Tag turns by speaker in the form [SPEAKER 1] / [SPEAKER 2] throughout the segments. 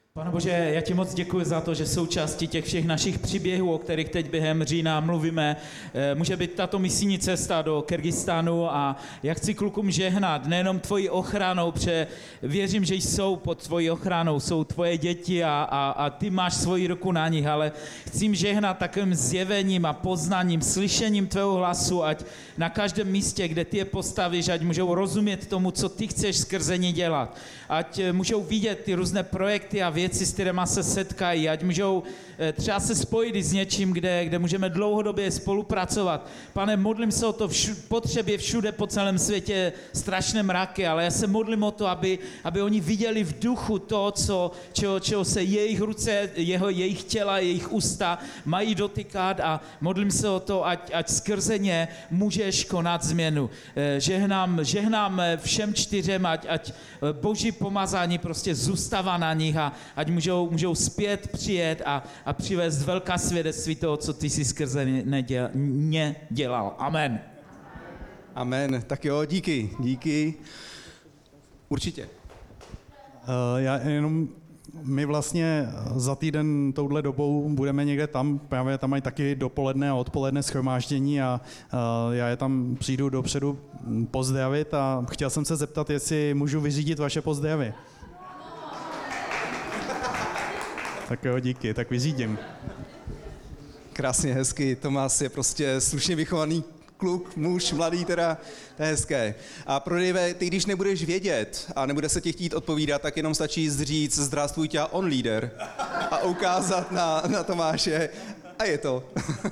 [SPEAKER 1] Pane Bože, já ti moc děkuji za to, že součástí těch všech našich příběhů, o kterých teď během října mluvíme, může být tato misijní cesta do Kyrgyzstánu a já chci klukům žehnat, nejenom tvojí ochranou, protože věřím, že jsou pod tvojí ochranou, jsou tvoje děti a ty máš svoji ruku na nich, ale chci jim žehnat takovým zjevením a poznaním, slyšením tvého hlasu, ať na každém místě, kde ty je postavíš, ať můžou rozumět tomu, co ty chceš skrze ně dělat, ať můžou vidět ty různé projekty a věci, s kterými se setkají, ať můžou třeba se spojit s něčím, kde můžeme dlouhodobě spolupracovat. Pane, modlím se o to, potřebě všude po celém světě strašné mraky, ale já se modlím o to, aby oni viděli v duchu to, čeho se jejich ruce, jejich těla, jejich ústa mají dotýkat a modlím se o to, ať skrze ně můžeš konat změnu. Žehnám všem čtyřem, ať boží pomazání prostě zůstává na nich a ať můžou zpět přijet a přivést velká svědectví toho, co ty jsi skrze ně dělal. Amen.
[SPEAKER 2] Amen. Tak jo, díky. Určitě.
[SPEAKER 3] My vlastně za týden touhle dobou budeme někde tam, právě tam mají taky dopoledne a odpoledne shromáždění a já je tam přijdu dopředu pozdravit a chtěl jsem se zeptat, jestli můžu vyřídit vaše pozdravy. Tak jo, díky, tak vyřídím.
[SPEAKER 2] Krásně, hezky. Tomás je prostě slušně vychovaný kluk, muž, mladý teda, to je hezké. A pro Dave, ty když nebudeš vědět a nebude se tě chtít odpovídat, tak jenom stačí říct zdravствуй tě on leader a ukázat na Tomáše a je to.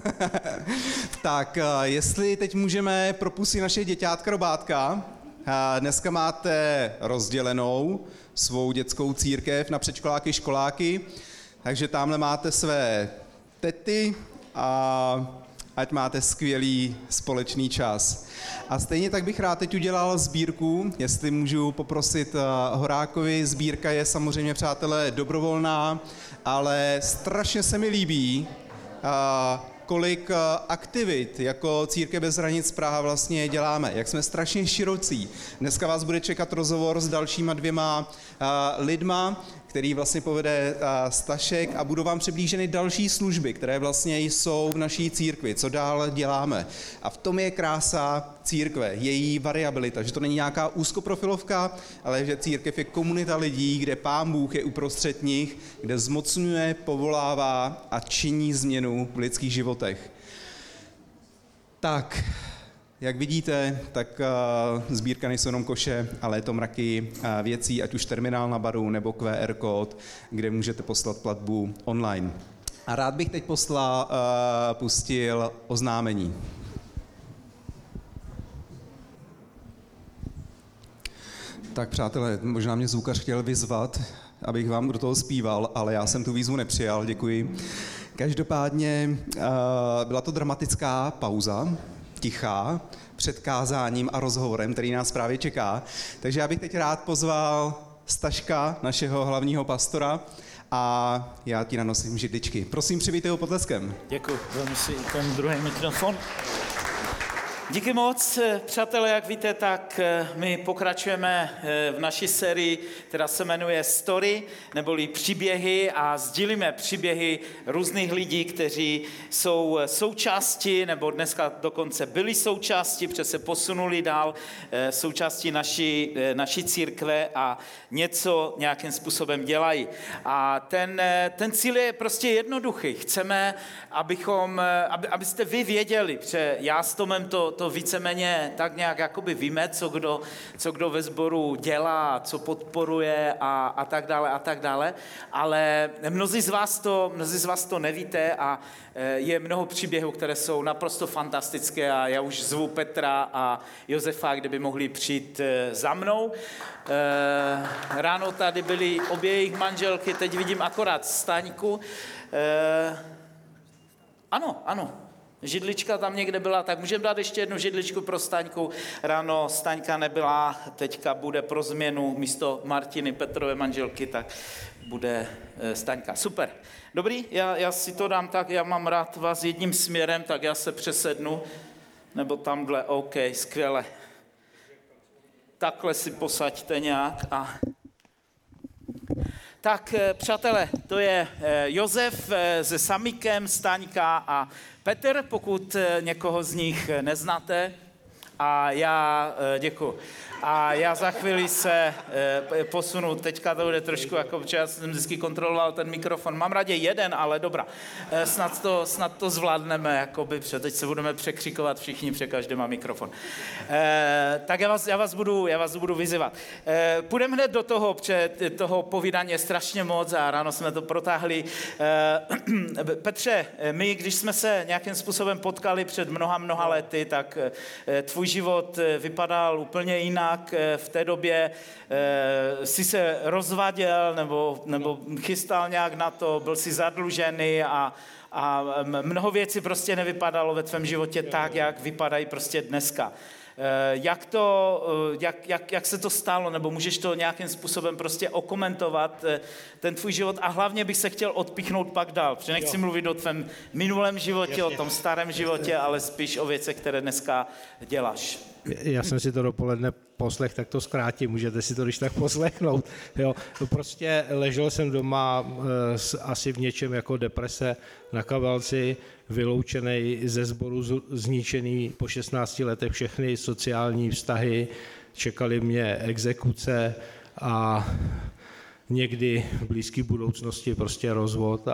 [SPEAKER 2] Tak, jestli teď můžeme propustit naše děťátka Robátka, dneska máte rozdělenou svou dětskou církev na předškoláky, školáky, takže tamhle máte své tety a ať máte skvělý společný čas. A stejně tak bych rád teď udělal sbírku, jestli můžu poprosit Horákovi. Sbírka je samozřejmě, přátelé, dobrovolná, ale strašně se mi líbí, kolik aktivit jako Církev bez hranic Praha vlastně děláme, jak jsme strašně širocí. Dneska vás bude čekat rozhovor s dalšíma 2 lidma, který vlastně povede Stašek a budou vám přiblíženy další služby, které vlastně jsou v naší církvi, co dál děláme. A v tom je krása církve, její variabilita, že to není nějaká úzkoprofilovka, ale že církev je komunita lidí, kde Pán Bůh je uprostřed nich, kde zmocňuje, povolává a činí změnu v lidských životech. Tak, jak vidíte, tak sbírka nejsou jenom koše, ale je to mraky věcí, ať už terminál na baru nebo QR kód, kde můžete poslat platbu online. A rád bych teď pustil oznámení. Tak přátelé, možná mě zvukař chtěl vyzvat, abych vám do toho zpíval, ale já jsem tu výzvu nepřijal, děkuji. Každopádně byla to dramatická pauza, tichá, před kázáním a rozhovorem, který nás právě čeká. Takže já bych teď rád pozval Staška, našeho hlavního pastora, a já ti nanosím židličky. Prosím, přivítej ho potleskem.
[SPEAKER 1] Děkuji, vezmu si ten druhý mikrofon. Díky moc, přátelé, jak víte, tak my pokračujeme v naší sérii, která se jmenuje Story, neboli příběhy, a sdílíme příběhy různých lidí, kteří jsou součástí, nebo dneska dokonce byli součástí, protože se posunuli dál, součástí naší církve a něco nějakým způsobem dělají. A ten cíl je prostě jednoduchý. Chceme, abyste vy věděli, protože já s Tomem to víceméně tak nějak jakoby víme, co kdo ve sboru dělá, co podporuje a tak dále, ale mnozí z vás to nevíte a je mnoho příběhů, které jsou naprosto fantastické a já už zvu Petra a Josefa, kdyby mohli přijít za mnou. Ráno tady byly obě jejich manželky, teď vidím akorát Staňku. Ano. Židlička tam někde byla, tak můžeme dát ještě jednu židličku pro Staňku. Ráno Staňka nebyla, teďka bude pro změnu místo Martiny, Petrové manželky, tak bude Staňka. Super. Dobrý, já si to dám tak, já mám rád vás jedním směrem, tak já se přesednu, nebo tamhle, OK, skvěle. Takhle si posaďte nějak a... Tak přátelé, to je Josef se Samikem, Staňka a Petr, pokud někoho z nich neznáte. A já děkuji. A já za chvíli se posunu, teďka to bude trošku, jako já jsem vždycky kontroloval ten mikrofon, mám raději jeden, ale dobrá, snad to zvládneme, jakoby, teď se budeme překřikovat všichni, protože každý má mikrofon. Tak já vás budu vyzývat. Půjdeme hned do toho, protože toho povídání je strašně moc a ráno jsme to protáhli. Petře, my, když jsme se nějakým způsobem potkali před mnoha lety, tak tvůj život vypadal úplně jinak. V té době si se rozvaděl nebo chystal nějak na to, byl si zadlužený a mnoho věcí prostě nevypadalo ve tvém životě tak, jak vypadají prostě dneska. Jak se to stalo, nebo můžeš to nějakým způsobem prostě okomentovat, ten tvůj život, a hlavně bych se chtěl odpíchnout pak dál, protože nechci mluvit o tvém minulém životě, o tom starém životě, ale spíš o věcech, které dneska děláš.
[SPEAKER 4] Já jsem si to dopoledne poslech, tak to zkrátím, můžete si to když tak poslechnout. Jo. Prostě ležel jsem doma asi v něčem jako deprese na kavalci, vyloučený ze sboru, zničený po 16 letech všechny sociální vztahy, čekaly mě exekuce a někdy v blízké budoucnosti prostě rozvod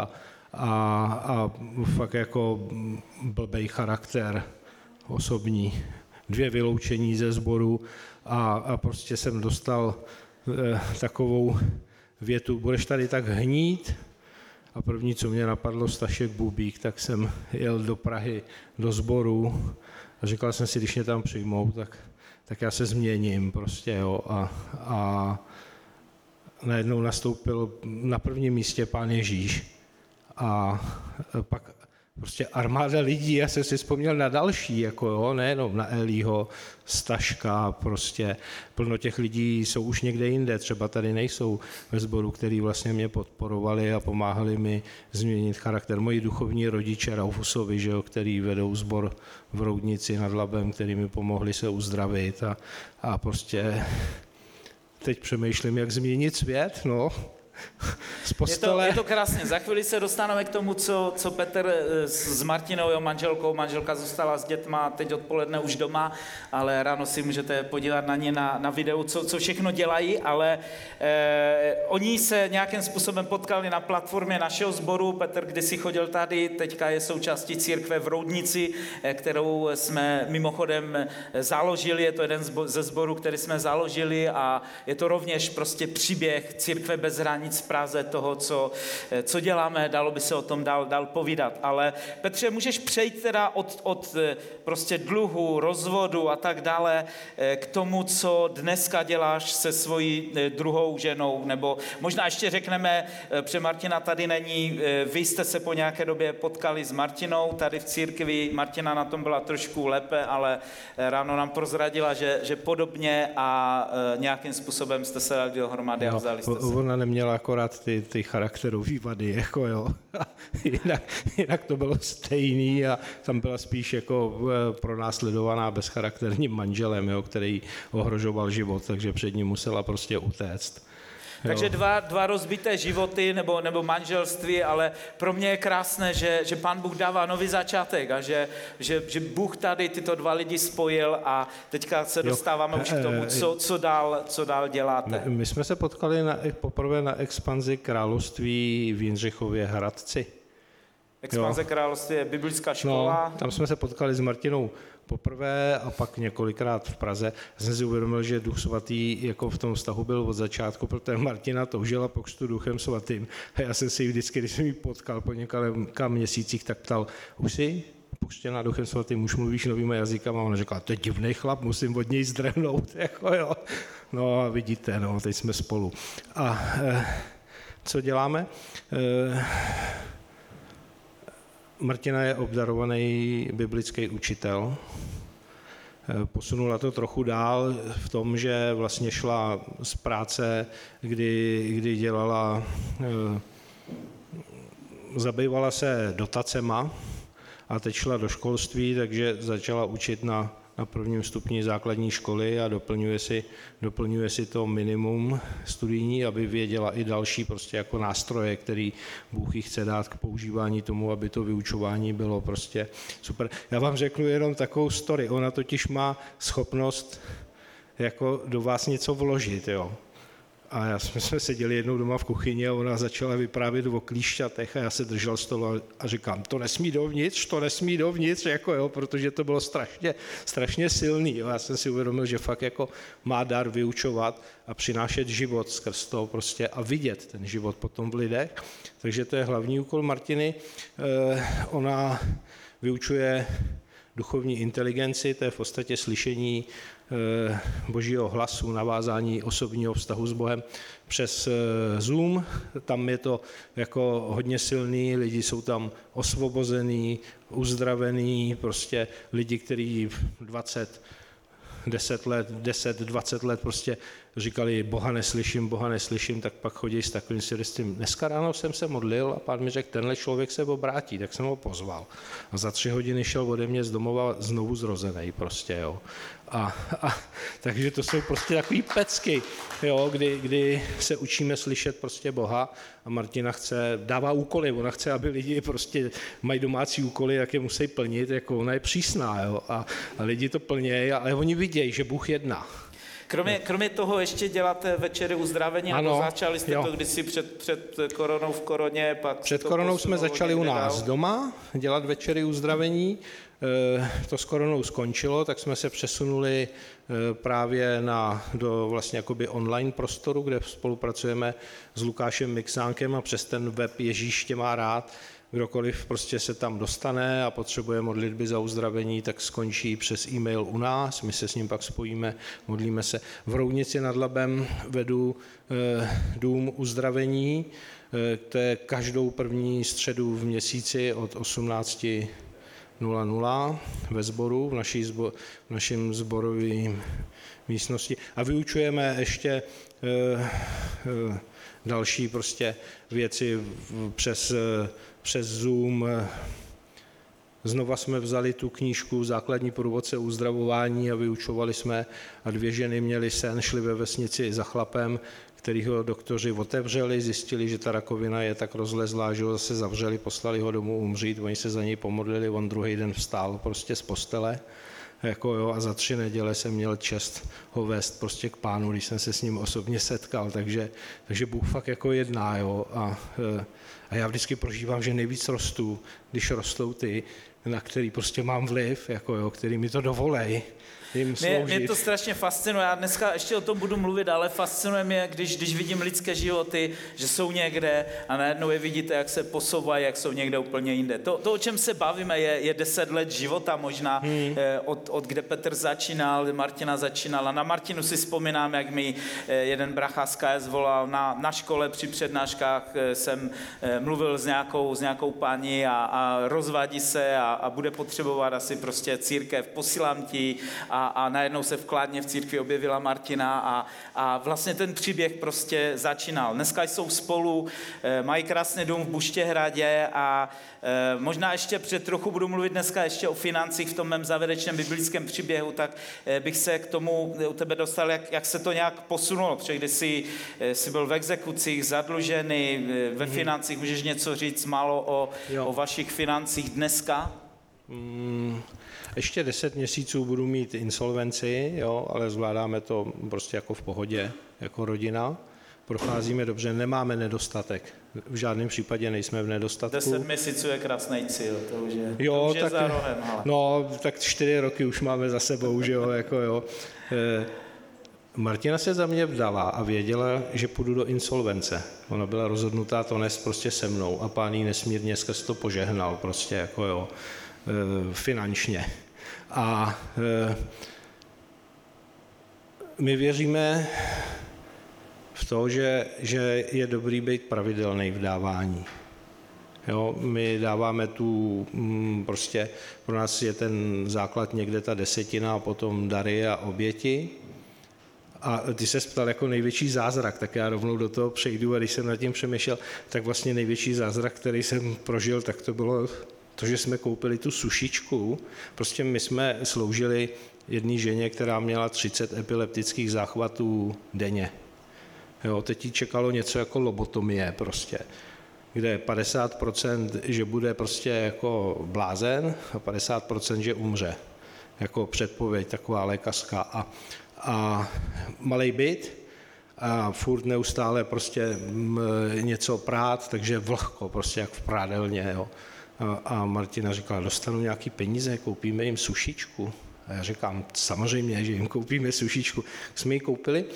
[SPEAKER 4] a fakt jako blbej charakter osobní. 2 vyloučení ze sboru a prostě jsem dostal takovou větu, budeš tady tak hnít? A první, co mě napadlo, Stašek Bubík, tak jsem jel do Prahy do sboru a říkal jsem si, když mě tam přijmou, tak já se změním prostě, jo. A najednou nastoupil na prvním místě Pán Ježíš a pak prostě armáda lidí, já jsem si vzpomněl na další, jako jo, nejenom na Elího, Staška, prostě plno těch lidí jsou už někde jinde, třeba tady nejsou ve sboru, který vlastně mě podporovali a pomáhali mi změnit charakter. Moji duchovní rodiče Raufusovi, že jo, který vedou sbor v Roudnici nad Labem, který mi pomohli se uzdravit a prostě teď přemýšlím, jak změnit svět, no.
[SPEAKER 1] Je to krásně. Za chvíli se dostaneme k tomu, co Petr s Martinou, jeho manželkou. Manželka zůstala s dětma teď odpoledne už doma, ale ráno si můžete podívat na ně na videu, co všechno dělají, ale oni se nějakým způsobem potkali na platformě našeho sboru. Petr kdysi chodil tady, teďka je součástí církve v Roudnici, kterou jsme mimochodem založili. Je to jeden ze sborů, který jsme založili a je to rovněž prostě příběh církve bez hranic v Praze, toho, co děláme, dalo by se o tom dál povídat. Ale Petře, můžeš přejít teda od prostě dluhu, rozvodu a tak dále k tomu, co dneska děláš se svojí druhou ženou, nebo možná ještě řekneme, protože Martina tady není, vy jste se po nějaké době potkali s Martinou tady v církvi, Martina na tom byla trošku lépe, ale ráno nám prozradila, že podobně a nějakým způsobem jste se dali dohromady a vzali jste se.
[SPEAKER 4] Ona neměla akorát ty charakterové vady, jako jo. jinak to bylo stejný a tam byla spíš jako pronásledovaná bezcharakterním manželem, jo, který ohrožoval život, takže před ním musela prostě utéct.
[SPEAKER 1] Takže dva rozbité životy nebo manželství, ale pro mě je krásné, že Pán Bůh dává nový začátek a že Bůh tady tyto dva lidi spojil a teďka se dostáváme už k tomu, co dál děláte.
[SPEAKER 4] My jsme se potkali poprvé na expanzi království v Jindřichově Hradci.
[SPEAKER 1] Expanze království je biblická škola.
[SPEAKER 4] No, tam jsme se potkali s Martinou poprvé a pak několikrát v Praze. Já jsem si uvědomil, že Duch Svatý jako v tom vztahu byl od začátku, protože Martina toužila po křtu Duchem Svatým. A já jsem si vždycky, když jsem ji potkal po několika měsících, tak ptal, už jsi pokřtěná Duchem Svatým, už mluvíš novýma jazykama? A ona řekla, to je divný chlap, musím od něj zdrhnout. Jako jo. No a vidíte, no, teď jsme spolu. A co děláme? Martina je obdarovaný biblický učitel. Posunula to trochu dál v tom, že vlastně šla z práce, kdy dělala, zabývala se dotacema a teď šla do školství, takže začala učit na na prvním stupni základní školy a doplňuje si to minimum studijní, aby věděla i další prostě jako nástroje, který Bůh jí chce dát k používání tomu, aby to vyučování bylo prostě super. Já vám řeknu jenom takovou story. Ona totiž má schopnost jako do vás něco vložit, jo. A jsme seděli jednou doma v kuchyni a ona začala vyprávět o klíšťatech a já se držel stolu a říkám, to nesmí dovnitř, jako jo, protože to bylo strašně silný. Jo. Já jsem si uvědomil, že fakt jako má dar vyučovat a přinášet život skrz to prostě a vidět ten život potom v lidech. Takže to je hlavní úkol Martiny. Ona vyučuje duchovní inteligenci, to je v podstatě slyšení Božího hlasu, navázání osobního vztahu s Bohem přes Zoom. Tam je to jako hodně silný, lidi jsou tam osvobození, uzdravení, prostě lidi, kteří 10, 20 let prostě říkali Boha neslyším, tak pak chodí s takovým svědectvím. Dneska ráno jsem se modlil a Pán mi řekl, tenhle člověk se obrátí, tak jsem ho pozval. A za 3 hodiny šel ode mě z domova znovu zrozený prostě, jo. Takže to jsou prostě takový pecky, jo, kdy se učíme slyšet prostě Boha a Martina dává úkoly, ona chce, aby lidi prostě mají domácí úkoly, jak je musí plnit, jako ona je přísná, jo, a lidi to plnějí, ale oni vidějí, že Bůh jedná.
[SPEAKER 1] Kromě toho ještě děláte večery uzdravení, ano, začali jste to kdysi před koronou v koroně, pak
[SPEAKER 4] před koronou jsme začali u nás doma dělat večery uzdravení, to s koronou skončilo, tak jsme se přesunuli právě do vlastně jakoby online prostoru, kde spolupracujeme s Lukášem Mixánkem a přes ten web Ježíš tě má rád. Kdokoliv prostě se tam dostane a potřebuje modlitby za uzdravení, tak skončí přes e-mail u nás, my se s ním pak spojíme, modlíme se. V Roudnici nad Labem vedu dům uzdravení, to je každou první středu v měsíci od 18:00 ve sboru, v našem sborovém místnosti. A vyučujeme ještě další prostě věci přes Zoom. Znova jsme vzali tu knížku Základní průvodce uzdravování a vyučovali jsme a 2 ženy měly sen, šly ve vesnici za chlapem, kterýho doktoři otevřeli, zjistili, že ta rakovina je tak rozlezlá, že ho zase zavřeli, poslali ho domů umřít, oni se za něj pomodlili, on druhý den vstál prostě z postele. Jako jo, a za 3 neděle jsem měl čest ho vést prostě k Pánu, když jsem se s ním osobně setkal, takže Bůh fakt jako jedná, jo, a já vždycky prožívám, že nejvíc rostu, když rostou ty, na který prostě mám vliv, jako jo, který mi to dovolej jim sloužit.
[SPEAKER 1] Mě to strašně fascinuje, já dneska ještě o tom budu mluvit, ale fascinuje mě, když vidím lidské životy, že jsou někde a najednou je vidíte, jak se posouvají, jak jsou někde úplně jinde. To o čem se bavíme, je 10 let života možná, od kde Petr začínal, Martina začínala. Na Martinu si vzpomínám, jak mi jeden bracha z KS volal na škole při přednáškách, jsem mluvil s nějakou paní a rozvádí se a bude potřebovat asi prostě církev, posílám ti a najednou se vkládně v církvi objevila Martina a vlastně ten příběh prostě začínal. Dneska jsou spolu, mají krásný dům v Buštěhradě a možná ještě trochu budu mluvit dneska ještě o financích v tom mém závěrečném biblickém příběhu, tak bych se k tomu u tebe dostal, jak se to nějak posunulo, protože když jsi byl v exekucích, zadlužený, ve financích, můžeš něco říct málo o vašich financích dneska?
[SPEAKER 4] Ještě 10 měsíců budu mít insolvenci, jo, ale zvládáme to prostě jako v pohodě, jako rodina. Procházíme dobře, nemáme nedostatek. V žádném případě nejsme v nedostatku.
[SPEAKER 1] 10 měsíců je krásný cíl, to už je,
[SPEAKER 4] tak,
[SPEAKER 1] za rohem. Ale.
[SPEAKER 4] No, tak 4 roky už máme za sebou, že jo, jako jo. Martina se za mě vdala a věděla, že půjdu do insolvence. Ona byla rozhodnutá to nést prostě se mnou a Pán jí nesmírně skrz to požehnal prostě, jako jo, finančně. A my věříme v to, že je dobrý být pravidelný v dávání. Jo, my dáváme prostě pro nás je ten základ někde ta 10 a potom dary a oběti. A ty se ptal jako největší zázrak, tak já rovnou do toho přejdu a když jsem nad tím přemýšlel, tak vlastně největší zázrak, který jsem prožil, tak to bylo To, že jsme koupili tu sušičku, prostě my jsme sloužili jedné ženě, která měla 30 epileptických záchvatů denně. Jo, teď jí čekalo něco jako lobotomie prostě, kde 50%, že bude prostě jako blázen a 50%, že umře. Jako předpověď taková lékařská. A malej byt a furt neustále prostě něco prát, takže vlhko, prostě jak v prádelně. Jo. A Martina říkala, dostanu nějaký peníze, koupíme jim sušičku. A já říkám, samozřejmě, že jim koupíme sušičku. Jsme ji koupili,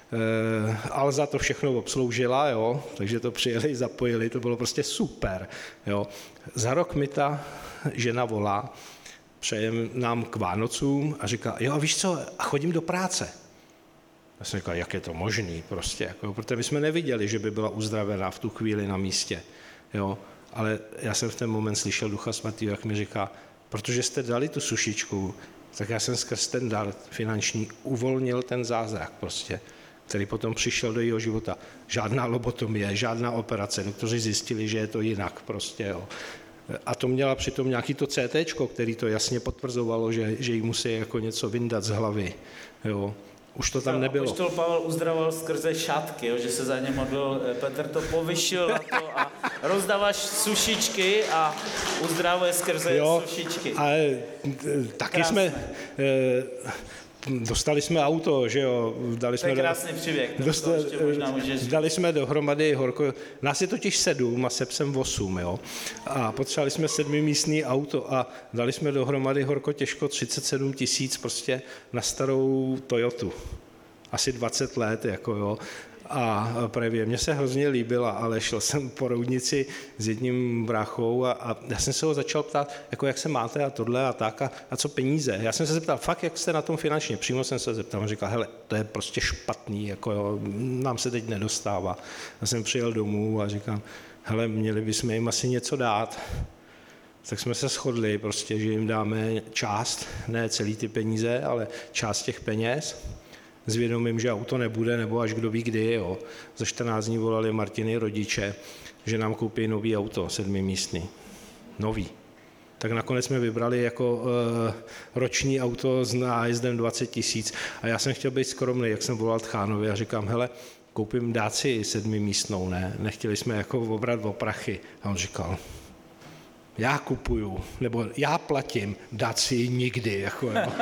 [SPEAKER 4] Alza to všechno obsloužila, jo, takže to přijeli, zapojili, to bylo prostě super. Jo. Za rok mi ta žena volá, přeje nám k Vánocům a říká, jo, víš co, a chodím do práce. Já jsem říkal, jak je to možný prostě, jako, protože my jsme neviděli, že by byla uzdravená v tu chvíli na místě, jo. Ale já jsem v ten moment slyšel Ducha Svatého, jak mi říká, protože jste dali tu sušičku, tak já jsem skrz ten dar finanční uvolnil ten zázrak prostě, který potom přišel do jeho života. Žádná lobotomie, žádná operace, doktoři zjistili, že je to jinak prostě, jo. A to měla přitom nějaký to CTčko, který to jasně potvrzovalo, že jí musí jako něco vyndat z hlavy, jo. Už to tam nebylo.
[SPEAKER 1] Apoštol Pavel uzdravoval skrze šatky, jo, že se za ně modlil, Petr to povyšil na to a rozdáváš sušičky a uzdravuje skrze sušičky.
[SPEAKER 4] Ale taky jsme, dostali jsme auto, že jo.
[SPEAKER 1] To je krásný příběh, to ještě možná můžeš...
[SPEAKER 4] Dali jsme dohromady nás je totiž 7 a Sepsem 8, jo. A potřebovali jsme 7místný auto a dali jsme dohromady horko těžko 37 000 prostě na starou Toyotu. Asi 20 let, jako jo. A právě mně se hrozně líbila, ale šel jsem po roudnici s jedním bráchou a já jsem se ho začal ptát, jako jak se máte a tohle a tak a co peníze. Já jsem se zeptal, fakt, jak jste na tom finančně. Přímo jsem se zeptal, on říkal, hele, to je prostě špatný, jako jo, nám se teď nedostává. Já jsem přijel domů a říkám, hele, měli bychom jim asi něco dát. Tak jsme se shodli prostě, že jim dáme část, ne celý ty peníze, ale část těch peněz, s vědomím, že auto nebude, nebo až kdo ví kdy, jo. Za 14 dní volali Martiny rodiče, že nám koupí nový auto, 7místný. Nový. Tak nakonec jsme vybrali jako roční auto s nájezdem 20 000 a já jsem chtěl být skromný, jak jsem volal Tchánovi a říkám, hele, koupím Daci 7místnou, ne? Nechtěli jsme jako obrat o prachy. A on říkal, já kupuju, nebo já platím, Daci nikdy, jako jo.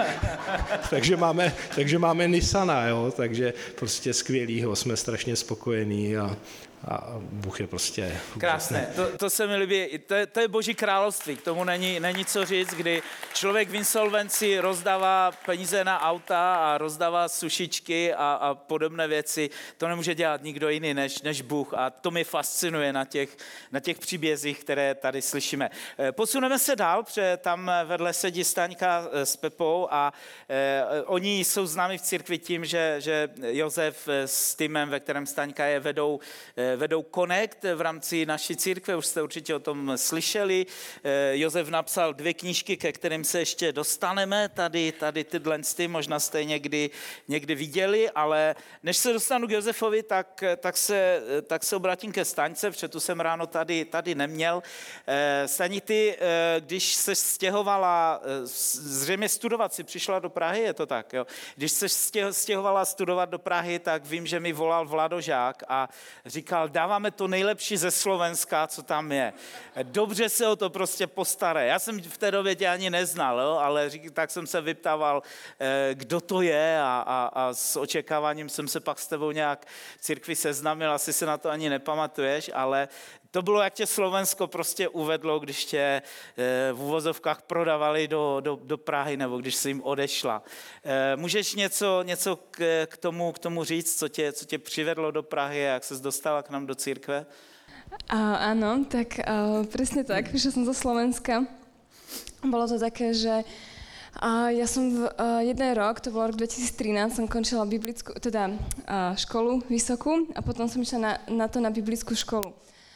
[SPEAKER 4] takže máme Nissana, jo, takže prostě skvělýho, jsme strašně spokojení a Bůh je prostě...
[SPEAKER 1] Krásné, to se mi líbí, to je Boží království, k tomu není co říct, kdy člověk v insolvenci rozdává peníze na auta a rozdává sušičky a podobné věci, to nemůže dělat nikdo jiný než Bůh a to mě fascinuje na těch příbězích, které tady slyšíme. Posuneme se dál, protože tam vedle sedí Staňka s Pepou a oni jsou známi v církvi tím, že Josef s týmem, ve kterém Staňka je, vedou Connect v rámci naší církve, už jste určitě o tom slyšeli. Josef napsal 2 knížky, ke kterým se ještě dostaneme, tady tyhle, možná jste někdy viděli, ale než se dostanu k Josefovi, tak se obrátím ke Staňce, protože tu jsem ráno tady neměl. Staňi, ty, když se stěhovala, zřejmě studovat si přišla do Prahy, je to tak, jo? Když se stěhovala studovat do Prahy, tak vím, že mi volal Vladožák a říkal, dáváme to nejlepší ze Slovenska, co tam je. Dobře se o to prostě postarej. Já jsem v té době tě ani neznal, jo? Ale tak jsem se vyptával, kdo to je a s očekáváním jsem se pak s tebou nějak v církvi seznámil, asi se na to ani nepamatuješ, ale to bylo, jak tě Slovensko prostě uvedlo, když tě v uvozovkách prodávali do Prahy, nebo když jsi jim odešla. Můžeš něco k tomu říct, co tě přivedlo do Prahy a jak ses dostala k nám do církve?
[SPEAKER 5] Áno, tak presne tak, prišla som zo Slovenska. Bolo to také, že ja som jeden rok, to bol rok 2013, som končila školu vysokú a potom som išla na biblickú školu.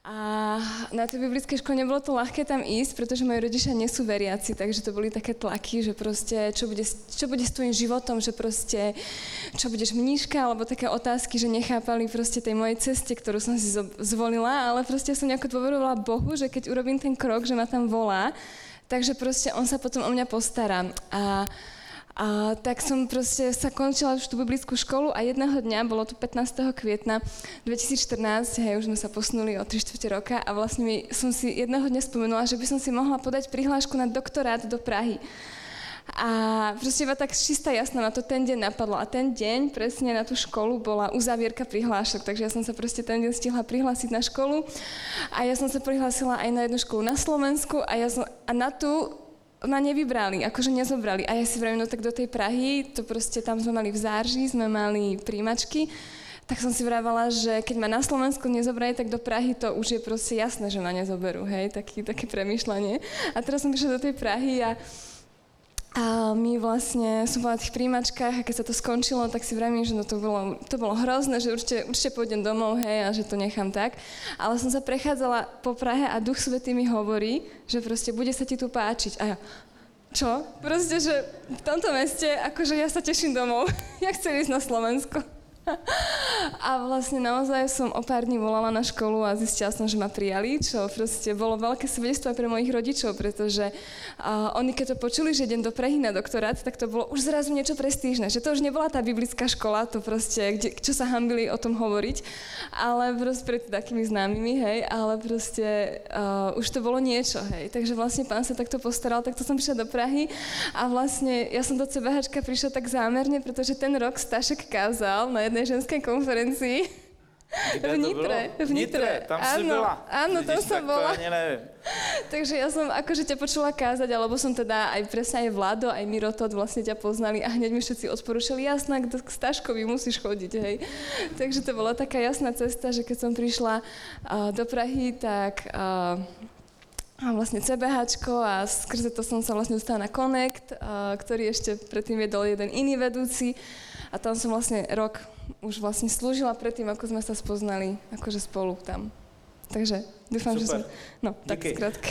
[SPEAKER 5] A na tej biblickej škole nebolo to ľahké tam ísť, pretože moji rodičia nie sú veriaci, takže to boli také tlaky, že proste, čo bude s tvojím životom, že proste, čo budeš mníška, alebo také otázky, že nechápali proste tej mojej ceste, ktorú som si zvolila, ale proste som nejako dôverovala Bohu, že keď urobím ten krok, že ma tam volá, takže proste on sa potom o mňa postará. A tak som proste sa končila už tú biblickú školu a jedného dňa, bolo to 15. kvietna 2014, hej, už sme sa posunuli o 3/4 roka a vlastne som si jedného dňa spomenula, že by som si mohla podať prihlášku na doktorát do Prahy. A proste iba tak čistá jasná na to ten deň napadlo. A ten deň presne na tú školu bola uzavierka prihlášok, takže ja som sa proste ten deň stihla prihlásiť na školu. A ja som sa prihlásila aj na jednu školu na Slovensku a na tú ma nevybrali, akože nezobrali. A ja si vravím, no tak do tej Prahy, to proste tam sme mali v Zárži, sme mali príjmačky, tak som si vravala, že keď ma na Slovensku nezobrali, tak do Prahy to už je proste jasné, že ma nezoberú, hej, také premýšľanie. A teraz som prišla do tej Prahy a my vlastne som bola na tých príjmačkách a keď sa to skončilo, tak si vravím, že no to bolo hrozné, že určite pôjdem domov, hej, a že to nechám tak. Ale som sa prechádzala po Prahe a Duch Svätý mi hovorí, že proste bude sa ti tu páčiť. A ja, čo? Proste, že v tomto meste, akože ja sa teším domov. Ja chcem ísť na Slovensko. A vlastne naozaj som o pár dní volala na školu a zistila som, že ma prijali, čo proste bolo veľké svedectvo aj pre mojich rodičov, pretože oni keď to počuli, že idem do Prahy na doktorát, tak to bolo už zrazu niečo prestížne, že to už nebola tá biblická škola, to proste, čo sa hanbili o tom hovoriť, ale proste pred takými známymi, hej, ale proste už to bolo niečo, hej, takže vlastne Pán sa takto postaral, takto som prišla do Prahy a vlastne ja som do CBHčka prišla tak zámerne, pretože ten rok Stašek kázal na jednej ženskej konferencii v Nitre.
[SPEAKER 1] Tam si byla.
[SPEAKER 5] Áno, tam som bola.
[SPEAKER 1] Neviem.
[SPEAKER 5] Takže ja som akože ťa počula kázať, alebo som teda aj presne aj Vlado, aj Mirotod vlastne ťa poznali a hneď mi všetci odporúčali, jasná, k Staškovi musíš chodiť, hej. Takže to bola taká jasná cesta, že keď som prišla do Prahy, tak a vlastne CBHčko a skrze to som sa vlastne dostala na Connect, ktorý ešte predtým viedol jeden iný vedúci a tam som vlastne rok už vlastne slúžila predtým, ako sme sa spoznali akože spolu tam. Takže dúfam, že som... No, tak zkrátke.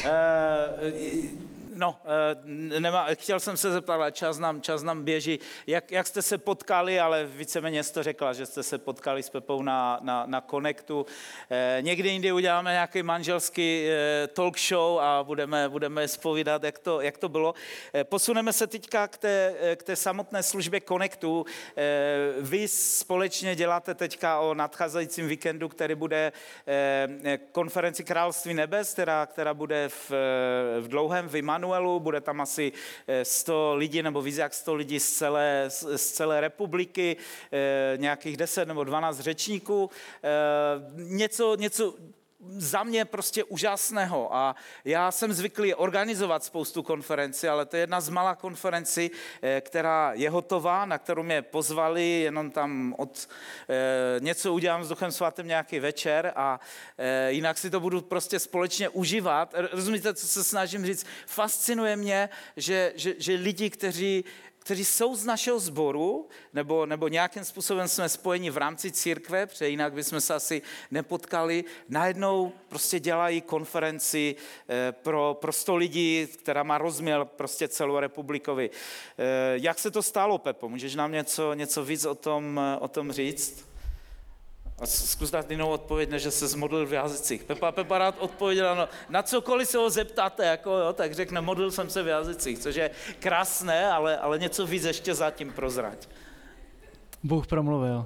[SPEAKER 1] Chtěl jsem se zeptat, ale čas nám běží. Jak jste se potkali, ale víceméně jste to řekla, že jste se potkali s Pepou na Connectu. Někdy jindy uděláme nějaký manželský talk show a budeme zpovídat, jak to bylo. Posuneme se teďka k té samotné službě Connectu. Vy společně děláte teďka o nadcházejícím víkendu, který bude konferenci Království nebes, která bude v Dlouhém v Immanuelu. Bude tam asi 100 lidí, nebo víc jak 100 lidí z celé republiky, nějakých 10 nebo 12 řečníků. Něco za mě prostě úžasného a já jsem zvyklý organizovat spoustu konferencí, ale to je jedna z malá konferencí, která je hotová, na kterou mě pozvali, jenom tam něco udělám s Duchem svatým nějaký večer a jinak si to budu prostě společně užívat. Rozumíte, co se snažím říct? Fascinuje mě, že lidi, kteří jsou z našeho sboru, nebo nějakým způsobem jsme spojeni v rámci církve, protože jinak bychom se asi nepotkali, najednou prostě dělají konferenci pro 100 lidí, která má rozměr prostě celorepublikový. Jak se to stalo, Pepo? Můžeš nám něco víc o tom říct? A zkus dát jinou odpověď, než že se zmodlil v jazycích. Pepa rád odpověděla, na cokoliv se ho zeptáte, tak řekne, modlil jsem se v jazycích, což je krásné, ale něco víc ještě zatím prozrať.
[SPEAKER 6] Bůh promluvil.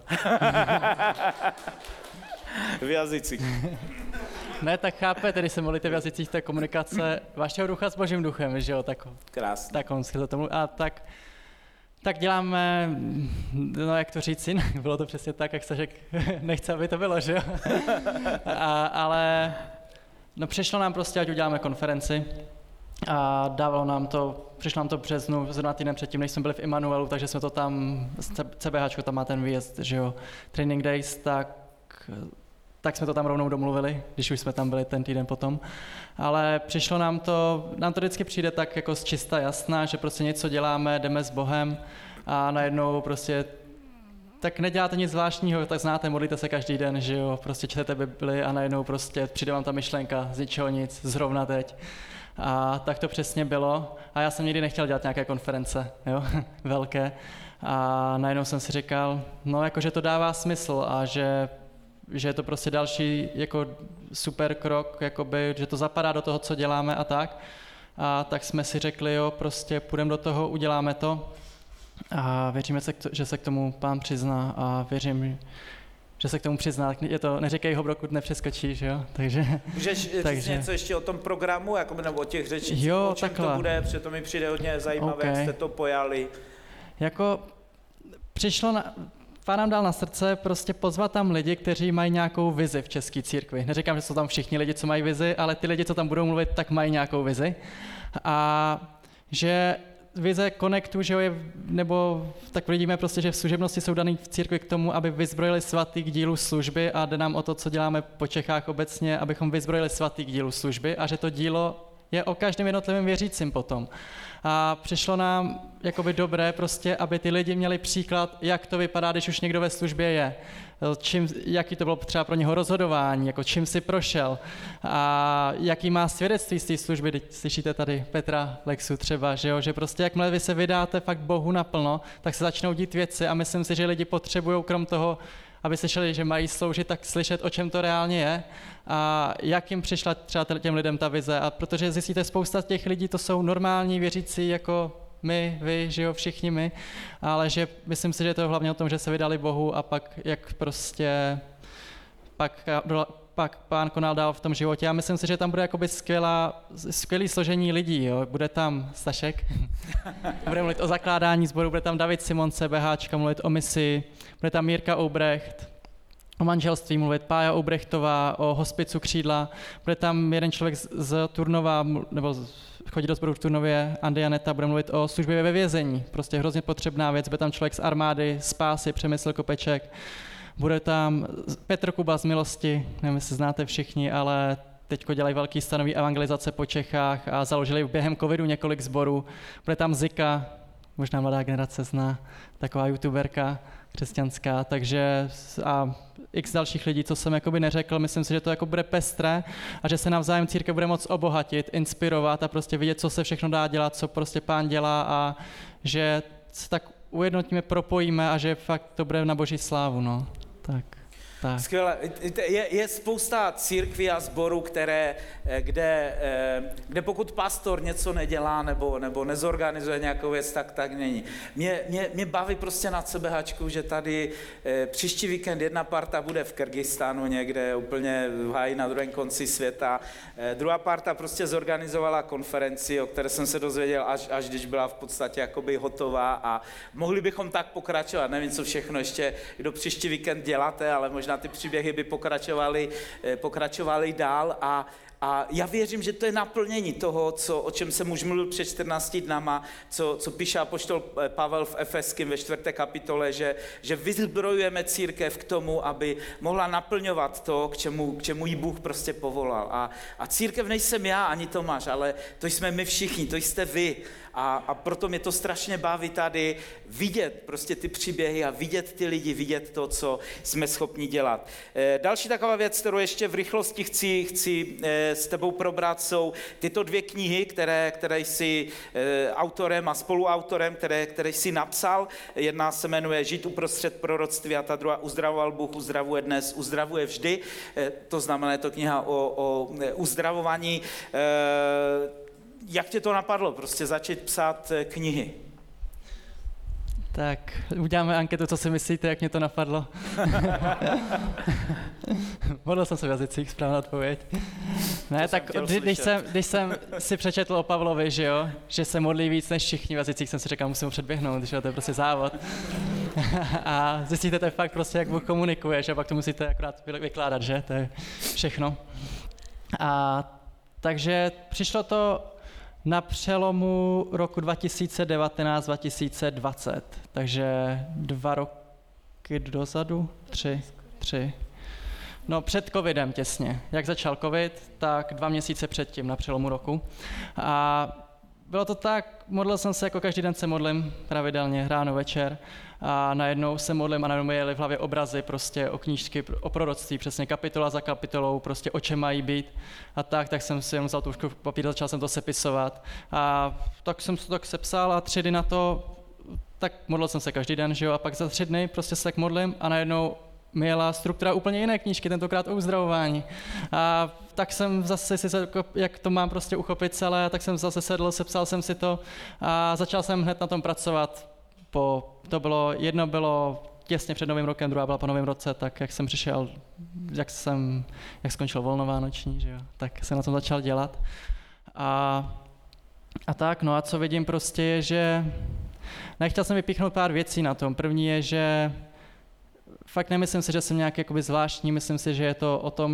[SPEAKER 1] V jazycích.
[SPEAKER 6] Ne, tak chápete, když se modlíte v jazycích, to je komunikace vašeho ducha s Božím duchem, že jo,
[SPEAKER 1] krásně.
[SPEAKER 6] Tak on skrze to mluví. A tak děláme, no jak to říct jinak, bylo to přesně tak, jak se řekl, nechci, aby to bylo, že jo. Ale přišlo nám prostě, ať uděláme konferenci a přišlo nám to v březnu, zrovna týden předtím, než jsme byli v Immanuelu, takže jsme to tam, CBHčko tam má ten výjezd, že jo, Training Days, tak jsme to tam rovnou domluvili, když už jsme tam byli ten týden potom. Ale přišlo nám to vždycky přijde tak jako z čista jasná, že prostě něco děláme, jdeme s Bohem a najednou prostě tak neděláte nic zvláštního, tak znáte, modlíte se každý den, že jo, prostě čtete Bibli a najednou prostě přijde vám ta myšlenka z ničeho nic, zrovna teď. A tak to přesně bylo. A já jsem nikdy nechtěl dělat nějaké konference, jo, velké. A najednou jsem si říkal, no jakože to dává smysl a že je to prostě další jako super krok, jakoby, že to zapadá do toho, co děláme a tak. A tak jsme si řekli, jo, prostě půjdeme do toho, uděláme to. A věříme, že se k tomu Pán přizná a věřím, že se k tomu přizná. Je to, neříkej ho, dokud nepřeskočíš, jo? Takže,
[SPEAKER 1] Můžeš říct něco ještě o tom programu, jako, nebo o těch řečích,
[SPEAKER 6] jo,
[SPEAKER 1] o čem
[SPEAKER 6] takhle.
[SPEAKER 1] to bude, protože to mi přijde hodně zajímavé, jak jste to pojali.
[SPEAKER 6] Jako Pán nám dal na srdce prostě pozvat tam lidi, kteří mají nějakou vizi v české církvi. Neříkám, že jsou tam všichni lidi, co mají vizi, ale ty lidi, co tam budou mluvit, tak mají nějakou vizi. A že vize Connectu, že je, nebo tak vidíme prostě, že v služebnosti jsou daný v církvi k tomu, aby vyzbrojili svatý k dílu služby a jde nám o to, co děláme po Čechách obecně, abychom vyzbrojili svatý k dílu služby a že to dílo je o každém jednotlivém věřícím potom. A přišlo nám jakoby dobré prostě, aby ty lidi měli příklad, jak to vypadá, když už někdo ve službě je. Jaký to bylo třeba pro něho rozhodování, jako čím si prošel a jaký má svědectví z té služby. Teď slyšíte tady Petra Lexu třeba, že prostě jakmile vy se vydáte fakt Bohu naplno, tak se začnou dít věci a myslím si, že lidi potřebují krom toho, aby slyšeli, že mají sloužit, tak slyšet, o čem to reálně je a jak jim přišla třeba těm lidem ta vize. A protože zjistíte, spousta těch lidí, to jsou normální věřící jako my, vy, že jo, všichni my, ale že myslím si, že to je hlavně o tom, že se vydali Bohu a pak jak prostě pak Pán konal dál v tom životě. A myslím si, že tam bude jakoby skvělý složení lidí. Jo. Bude tam Stašek, bude mluvit o zakládání sboru, bude tam David Simonce, BHčka, mluvit o misi, bude tam Mírka Oubrecht, o manželství mluvit Pája Oubrechtová, o hospicu Křídla, bude tam jeden člověk z Turnova, nebo chodí do sboru v Turnově, Andy Janeta, bude mluvit o službě ve vězení, prostě hrozně potřebná věc, bude tam člověk z armády, Spásy, Přemysl Kopeček, bude tam Petr Kuba z Milosti, nevím, jestli znáte všichni, ale teďko dělají velký stanový evangelizace po Čechách a založili během covidu několik sborů. Bude tam Zika, možná mladá generace zná, taková youtuberka křesťanská, takže a x dalších lidí, co jsem jakoby neřekl, myslím si, že to jako bude pestré a že se navzájem církev bude moc obohatit, inspirovat a prostě vidět, co se všechno dá dělat, co prostě Pán dělá a že se tak ujednotíme, propojíme a že fakt to bude na Boží slávu, no. Tak.
[SPEAKER 1] Skvěle. Je spousta církví a sborů, kde pokud pastor něco nedělá nebo nezorganizuje nějakou věc, tak není. Mě baví prostě na CBHčku, že tady příští víkend jedna parta bude v Kyrgyzstánu někde úplně v háji na druhém konci světa. Druhá parta prostě zorganizovala konferenci, o které jsem se dozvěděl, až když byla v podstatě jakoby hotová a mohli bychom tak pokračovat. Nevím, co všechno ještě do příští víkend děláte, ale možná ty příběhy by pokračovaly dál a já věřím, že to je naplnění toho, o čem jsem už mluvil před 14 dnama, co píše apoštol Pavel v Efeským ve 4. kapitole, že vyzbrojujeme církev k tomu, aby mohla naplňovat to, k čemu jí Bůh prostě povolal. A církev nejsem já, ani Tomáš, ale to jsme my všichni, to jste vy. A proto mě to strašně baví tady vidět prostě ty příběhy a vidět ty lidi, vidět to, co jsme schopni dělat. Další taková věc, kterou ještě v rychlosti chci s tebou probrat, jsou tyto dvě knihy, které jsi autorem a spoluautorem, které jsi napsal. Jedna se jmenuje Žít uprostřed proroctví a ta druhá Uzdravoval Bůh, uzdravuje dnes, uzdravuje vždy. To znamená, je to kniha o uzdravování. Jak tě to napadlo, prostě začít psát knihy?
[SPEAKER 6] Tak uděláme anketu, co si myslíte, jak mě to napadlo. Modlil jsem se v jazycích, správná odpověď. Ne, tak když jsem si přečetl o Pavlovi, že se modlí víc než všichni v jazycích, jsem si říkal, musím ho předběhnout, že to je prostě závod. A zjistíte, to je fakt prostě, jak Bůh komunikuje, že pak to musíte akorát vykládat, že? To je všechno. A takže přišlo to na přelomu roku 2019-2020, takže 2 roky dozadu, 3. No před covidem těsně. Jak začal covid, tak 2 měsíce předtím na přelomu roku. A bylo to tak, modlil jsem se, jako každý den se modlím, pravidelně, ráno, večer, a najednou se modlím a najednou mi jeli v hlavě obrazy prostě o knížky, o proroctví, přesně kapitola za kapitolou, prostě o čem mají být a tak jsem si jenom vzal tu papír, začal jsem to sepisovat a tak jsem to tak sepsal a 3 dny na to, tak modlil jsem se každý den, že jo, a pak za 3 dny prostě se tak modlím a najednou mi jela struktura úplně jiné knížky, tentokrát o uzdravování. A tak jsem zase si, jak to mám prostě uchopit celé, tak jsem zase sedl, sepsal jsem si to a začal jsem hned na tom pracovat. Jedno bylo těsně před Novým rokem, druhá byla po Novém roce, tak jak jsem přišel, jak skončil volno vánoční, že jo, tak jsem na tom začal dělat. A tak, no a co vidím prostě je, že nechtěl jsem vypíchnout pár věcí na tom. První je, že fakt nemyslím si, že jsem nějak jakoby zvláštní, myslím si, že je to o tom,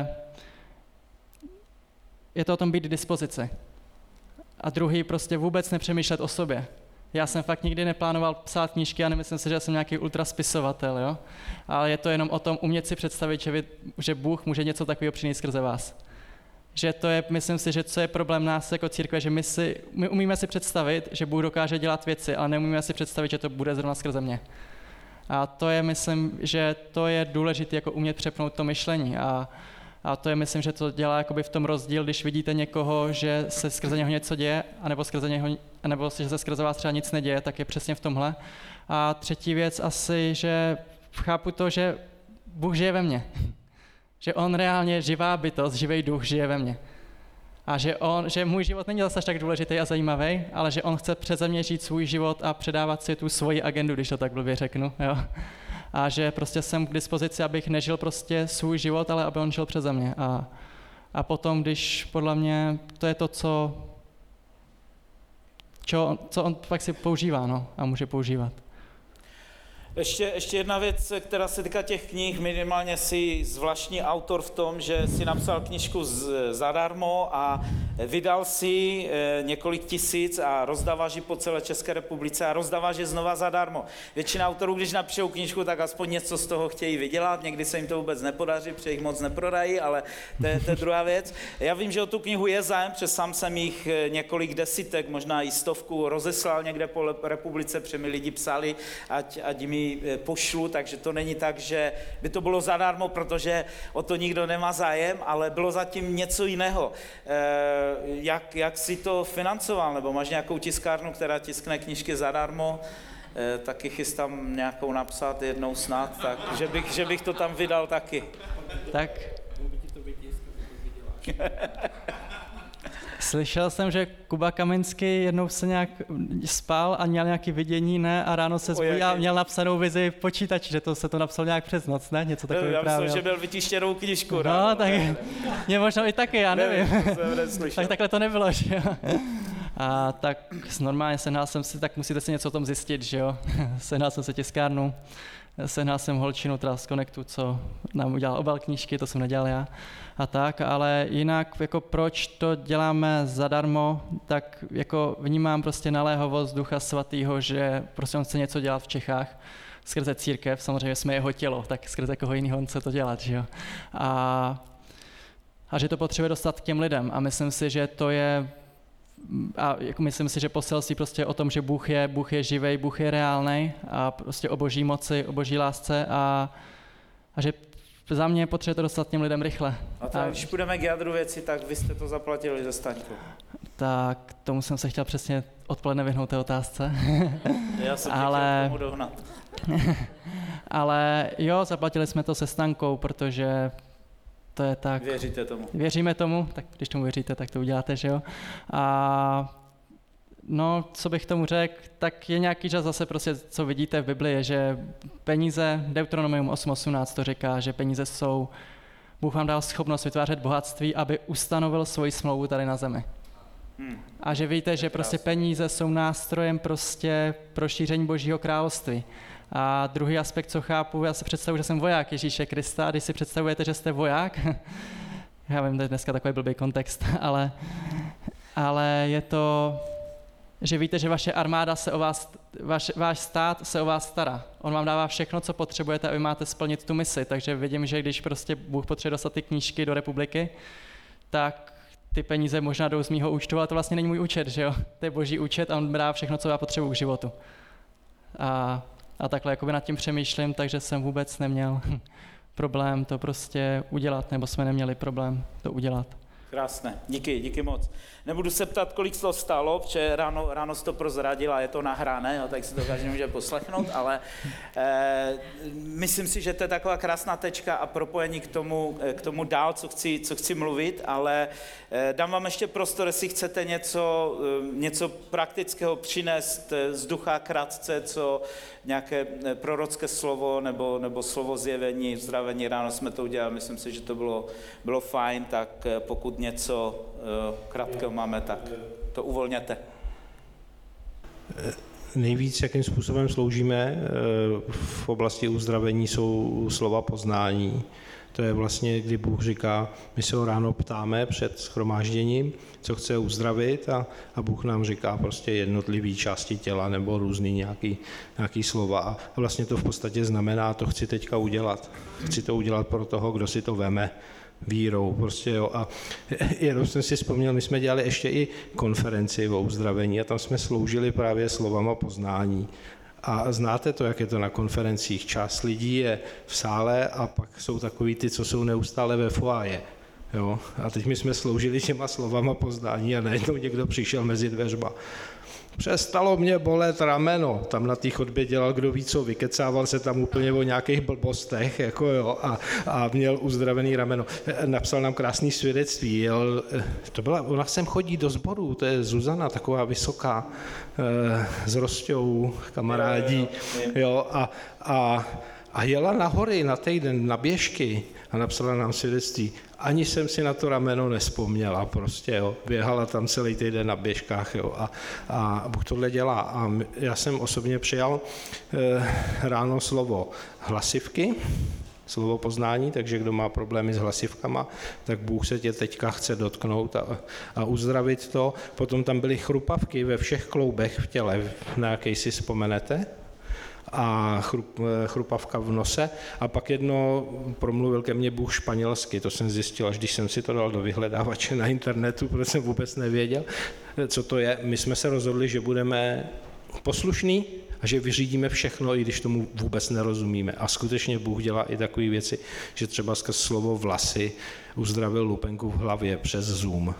[SPEAKER 6] být k dispozici. A druhý prostě vůbec nepřemýšlet o sobě. Já jsem fakt nikdy neplánoval psát knížky a nemyslím si, že jsem nějaký ultraspisovatel, jo? Ale je to jenom o tom umět si představit, že Bůh může něco takového přinést skrze vás. Že to je, myslím si, že co je problém nás jako církve, že my umíme si představit, že Bůh dokáže dělat věci, ale neumíme si představit, že to bude zrovna skrze mě. A to je, myslím, že to je důležité jako umět přepnout to myšlení. A to je, myslím, že to dělá jakoby v tom rozdíl, když vidíte někoho, že se skrze něho něco děje, anebo že se skrze vás třeba nic neděje, tak je přesně v tomhle. A třetí věc asi, že chápu to, že Bůh žije ve mně. Že on reálně živá bytost, živý duch žije ve mně. A že můj život není zase tak důležitý a zajímavý, ale že on chce přeze mě žít svůj život a předávat si tu svoji agendu, když to tak blbě řeknu. Jo? A že prostě jsem k dispozici, abych nežil prostě svůj život, ale aby on žil přeze mě. A potom, když podle mě to je to, co on pak si používá, no, a může používat.
[SPEAKER 1] Ještě jedna věc, která se týká těch knih, minimálně jsi zvláštní autor v tom, že jsi napsal knížku zadarmo a vydal si několik tisíc a rozdáváš ji po celé České republice a rozdáváš je znova zadarmo. Většina autorů, když napíšou knížku, tak aspoň něco z toho chtějí vydělat, někdy se jim to vůbec nepodaří, protože jich moc neprodají, ale to je druhá věc. Já vím, že o tu knihu je zájem, protože sám jsem jich několik desítek, možná i 100 rozeslal někde po republice, protože mi lidi psali, ať mi pošlu, takže to není tak, že by to bylo zadarmo, protože o to nikdo nemá zájem, ale bylo zatím něco jiného. Jak jsi to financoval, nebo máš nějakou tiskárnu, která tiskne knížky zadarmo, taky chystám nějakou napsat jednou snad, tak že bych to tam vydal taky.
[SPEAKER 6] Tak. Slyšel jsem, že Kuba Kaminský jednou se nějak spal a měl nějaké vidění, ne? A ráno se zbudil a měl napsanou vizi v počítači, že to se to napsal nějak přes noc, ne? Něco takového.
[SPEAKER 1] Já myslím, že byl vytištěnou knížku.
[SPEAKER 6] No, ráno. Tak mě možná i taky, já nevím. Tak takhle to nebylo, že jo? A tak normálně sehnal jsem si, tak musíte si něco o tom zjistit, že jo? Sehnal jsem si tiskárnu, sehnal jsem holčinu teda z Connectu, co nám udělal obal knížky, to jsem nedělal já a tak, ale jinak jako proč to děláme zadarmo, tak jako vnímám prostě naléhovost Ducha Svatého, že prostě on chce něco dělat v Čechách skrze církev, samozřejmě jsme jeho tělo, tak skrze koho jiného on chce to dělat, že jo. A že to potřebuje dostat k těm lidem a myslím si, že to je jako myslím si, že poselství prostě o tom, že Bůh je živej, Bůh je reálnej a prostě o boží moci, o boží lásce a že za mě potřebuje to dostat těm lidem rychle.
[SPEAKER 1] A když půjdeme k jádru věci, tak vy jste to zaplatili ze Staňku.
[SPEAKER 6] Tak tomu jsem se chtěl přesně odpoledne vyhnout té otázce.
[SPEAKER 1] Já jsem chtěl tomu dohnat.
[SPEAKER 6] Ale jo, zaplatili jsme to se Stankou, protože to je tak.
[SPEAKER 1] Věříte tomu?
[SPEAKER 6] Věříme tomu, tak když tomu věříte, tak to uděláte, že jo. A no, co bych tomu řekl, tak je nějaký čas zase prostě, co vidíte v Biblii, je, že peníze, Deuteronomium 8.18 to říká, že peníze jsou, Bůh vám dal schopnost vytvářet bohatství, aby ustanovil svoji smlouvu tady na zemi. A že víte, že prostě peníze jsou nástrojem prostě pro šíření Božího království. A druhý aspekt, co chápu, já si představuji, že jsem voják Ježíše Krista, a když si představujete, že jste voják, já vím, to je dneska takový blbý kontext, ale je to, že víte, že vaše armáda se o vás, váš stát se o vás stará. On vám dává všechno, co potřebujete, a vy máte splnit tu misi. Takže vidím, že když prostě Bůh potřebuje dostat ty knížky do republiky, tak ty peníze možná jdou z mýho účtu, ale to vlastně není můj účet, že jo? To je boží účet a on dá všechno, co já potřebuji k životu. A takhle jakoby nad tím přemýšlím, takže jsem vůbec neměl problém to prostě udělat, nebo jsme neměli problém to udělat.
[SPEAKER 1] Krásné, díky moc. Nebudu se ptát, kolik to stálo, protože ráno jsi to prozradil a je to nahrané, jo, tak si to každý může poslechnout, ale myslím si, že to je taková krásná tečka a propojení k tomu dál, co chci mluvit, ale dám vám ještě prostor, jestli chcete něco praktického přinést z ducha krátce, co nějaké prorocké slovo nebo slovo zjevení, zdravení, ráno jsme to udělali, myslím si, že to bylo fajn, tak pokud něco krátkého máme, tak to uvolněte.
[SPEAKER 4] Nejvíc, jakým způsobem sloužíme v oblasti uzdravení, jsou slova poznání. To je vlastně, kdy Bůh říká, my se ho ráno ptáme před shromážděním, co chce uzdravit a Bůh nám říká prostě jednotlivý části těla nebo různý nějaký slova. A vlastně to v podstatě znamená, to chci teďka udělat. Chci to udělat pro toho, kdo si to veme vírou. Prostě jo. A jenom jsem si vzpomněl, my jsme dělali ještě i konferenci o uzdravení a tam jsme sloužili právě slovama poznání. A znáte to, jak je to na konferencích. Část lidí je v sále a pak jsou takový ty, co jsou neustále ve foaje. Jo? A teď my jsme sloužili těma slovama poznání a najednou někdo přišel mezi dveřma. Přestalo mě bolet rameno. Tam na té chodbě dělal kdo ví co, vykecával se tam úplně o nějakých blbostech jako jo, a měl uzdravený rameno. Napsal nám krásný svědectví. Ona sem chodí do sboru, to je Zuzana, taková vysoká, s Rosťou, kamarádí. Jo, a jela na hory na týden, na běžky a napsala nám svědectví. Ani jsem si na to rameno nespomněla prostě, jo. Běhala tam celý týden na běžkách, jo. A Bůh tohle dělá. A já jsem osobně přijal ráno slovo hlasivky, slovo poznání, takže kdo má problémy s hlasivkama, tak Bůh se tě teďka chce dotknout a uzdravit to. Potom tam byly chrupavky ve všech kloubech v těle, na jaký si vzpomenete. A chrupavka v nose a pak jedno promluvil ke mně Bůh španělsky, to jsem zjistil, až když jsem si to dal do vyhledávače na internetu, protože jsem vůbec nevěděl, co to je. My jsme se rozhodli, že budeme poslušní a že vyřídíme všechno, i když tomu vůbec nerozumíme. A skutečně Bůh dělá i takové věci, že třeba skrz slovo vlasy uzdravil lupenku v hlavě přes Zoom.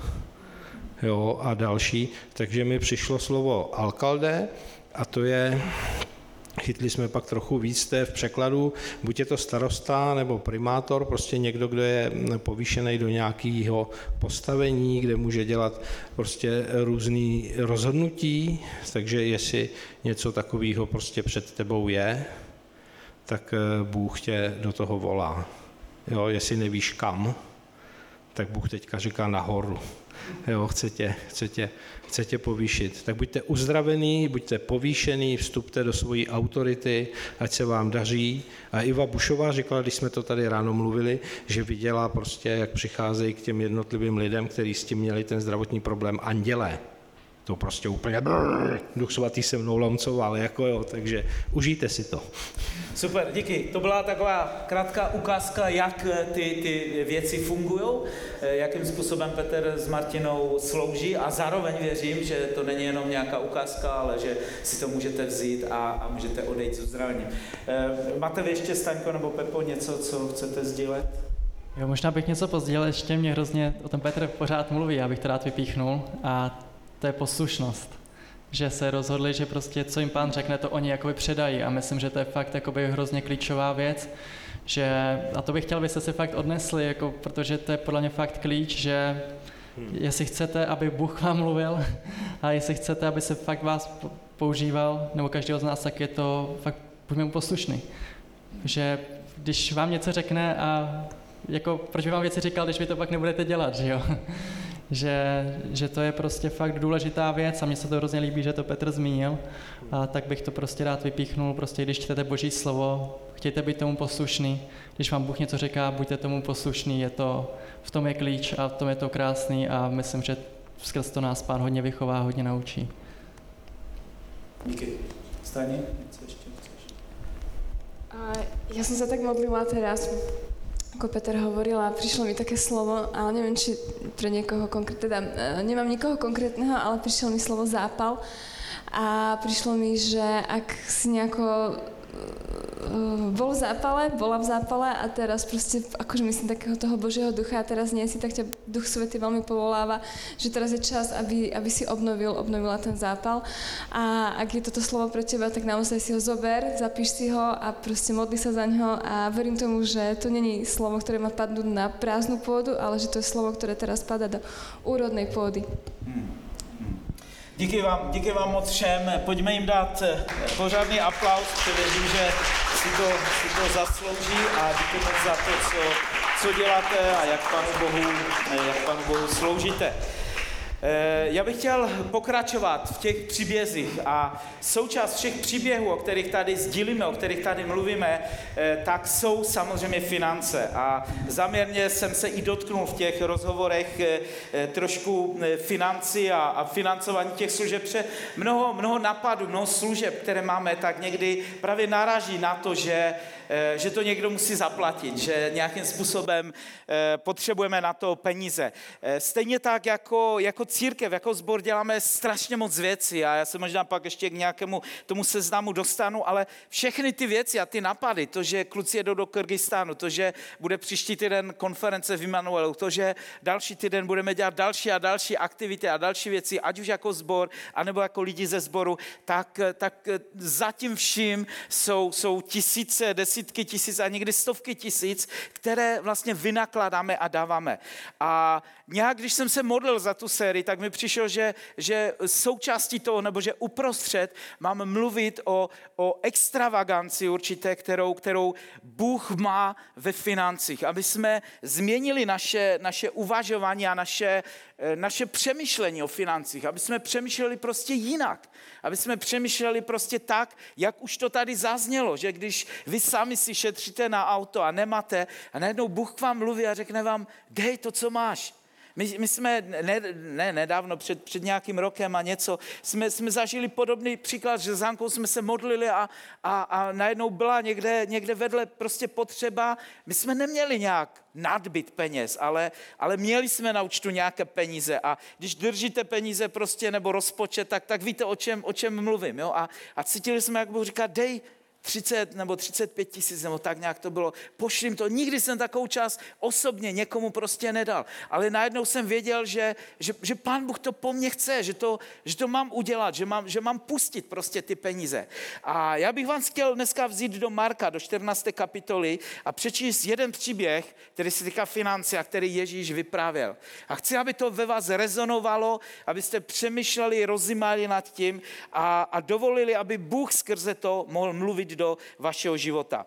[SPEAKER 4] Jo, a další. Takže mi přišlo slovo alcalde a to je... Chytli jsme pak trochu víc té v překladu, buď je to starosta nebo primátor, prostě někdo, kdo je povýšený do nějakého postavení, kde může dělat prostě různé rozhodnutí, takže jestli něco takového prostě před tebou je, tak Bůh tě do toho volá. Jo, jestli nevíš kam, tak Bůh teďka říká nahoru. Jo, chce tě povýšit. Tak buďte uzdravený, buďte povýšený, vstupte do svojí autority, ať se vám daří. A Iva Bušová říkala, když jsme to tady ráno mluvili, že viděla prostě, jak přicházejí k těm jednotlivým lidem, kteří s tím měli ten zdravotní problém, andělé. To prostě úplně Duch svatý se mnou lomcoval, jako jo, takže užijte si to.
[SPEAKER 1] Super, díky. To byla taková krátká ukázka, jak ty věci fungují, jakým způsobem Petr s Martinou slouží a zároveň věřím, že to není jenom nějaká ukázka, ale že si to můžete vzít a můžete odejít s uzdravením. Máte vy ještě, Staňko nebo Pepo, něco, co chcete sdílet?
[SPEAKER 6] Jo, možná bych něco pozdílel, ještě mě hrozně o tom Petr pořád mluví, já bych to rád vypíchnul a to je poslušnost. Že se rozhodli, že prostě co jim Pán řekne, to oni jakoby předají a myslím, že to je fakt jakoby hrozně klíčová věc, že, a to bych chtěl, abyste si fakt odnesli, jako, protože to je podle mě fakt klíč, že jestli chcete, aby Bůh vám mluvil a jestli chcete, aby se fakt vás používal, nebo každého z nás, tak je to fakt, buďme mu poslušný. Že když vám něco řekne a jako, proč by vám věci říkal, když vy to pak nebudete dělat, že jo? Že to je prostě fakt důležitá věc a mně se to hrozně líbí, že to Petr zmínil, a tak bych to prostě rád vypíchnul, prostě když čtete Boží slovo, chtějte být tomu poslušný, když vám Bůh něco říká, buďte tomu poslušný, v tom je klíč a v tom je to krásný a myslím, že skrz to nás Pán hodně vychová, hodně naučí.
[SPEAKER 1] Díky. Stani, co ještě chceš?
[SPEAKER 5] Ja som sa tak modlila teraz ako Peter hovoril a prišlo mi také slovo, ale neviem, či pre niekoho konkrétne, teda nemám nikoho konkrétneho, ale prišlo mi slovo zápal a prišlo mi, že ak si nejako bol v zápale, bola v zápale a teraz proste, akože myslím takého toho Božieho ducha a teraz nie si, tak ťa Duch Svätý veľmi povoláva, že teraz je čas, aby si obnovila ten zápal a ak je toto slovo pre teba, tak naozaj si ho zober, zapíš si ho a proste modli sa za ňo a verím tomu, že to není slovo, ktoré má padnúť na prázdnu pôdu, ale že to je slovo, ktoré teraz padá do úrodnej pôdy.
[SPEAKER 1] Díky vám moc všem. Pojďme jim dát pořádný aplaus, především, že si to zaslouží a díky moc za to, co děláte a jak Panu Bohu sloužíte. Já bych chtěl pokračovat v těch příbězích a součást všech příběhů, o kterých tady sdílíme, o kterých tady mluvíme, tak jsou samozřejmě finance. A záměrně jsem se i dotknul v těch rozhovorech trošku financí a financování těch služeb. Mnoho napadů, mnoho služeb, které máme, tak někdy právě naráží na to, že to někdo musí zaplatit, že nějakým způsobem potřebujeme na to peníze. Stejně tak jako církev, jako sbor děláme strašně moc věcí a já se možná pak ještě k nějakému tomu seznamu dostanu, ale všechny ty věci a ty napady, to, že kluci jedou do Kyrgyzstánu, to, že bude příští týden konference v Immanuelu, to, že další týden budeme dělat další a další aktivity a další věci, ať už jako sbor, anebo jako lidi ze sboru, tak zatím vším jsou tisíce, desítky tisíc a někdy stovky tisíc, které vlastně vynakládáme a dáváme. A nějak, když jsem se modlil za tu sérii, tak mi přišlo, že součástí toho, nebo že uprostřed mám mluvit o extravaganci určité, kterou Bůh má ve financích, aby jsme změnili naše uvažování a naše přemýšlení o financích, aby jsme přemýšleli prostě jinak, aby jsme přemýšleli prostě tak, jak už to tady zaznělo, že když vy sami si šetříte na auto a nemáte a najednou Bůh k vám mluví a řekne vám, dej to, co máš. My jsme nedávno, před nějakým rokem a něco, jsme zažili podobný příklad, že s Hankou jsme se modlili a najednou byla někde vedle prostě potřeba. My jsme neměli nějak nadbyt peněz, ale měli jsme na účtu nějaké peníze a když držíte peníze prostě nebo rozpočet, tak víte, o čem mluvím. Jo? A cítili jsme, jak Bůh říká, dej 30 nebo 35 tisíc, nebo tak nějak to bylo, pošlím to. Nikdy jsem takovou část osobně někomu prostě nedal. Ale najednou jsem věděl, že Pán Bůh to po mně chce, že to mám udělat, že mám pustit prostě ty peníze. A já bych vám chtěl dneska vzít do Marka, do 14. kapitoly a přečíst jeden příběh, který se týká financí a který Ježíš vyprávěl. A chci, aby to ve vás rezonovalo, abyste přemýšleli, rozjímali nad tím a dovolili, aby Bůh skrze to mohl mluvit do vašeho života.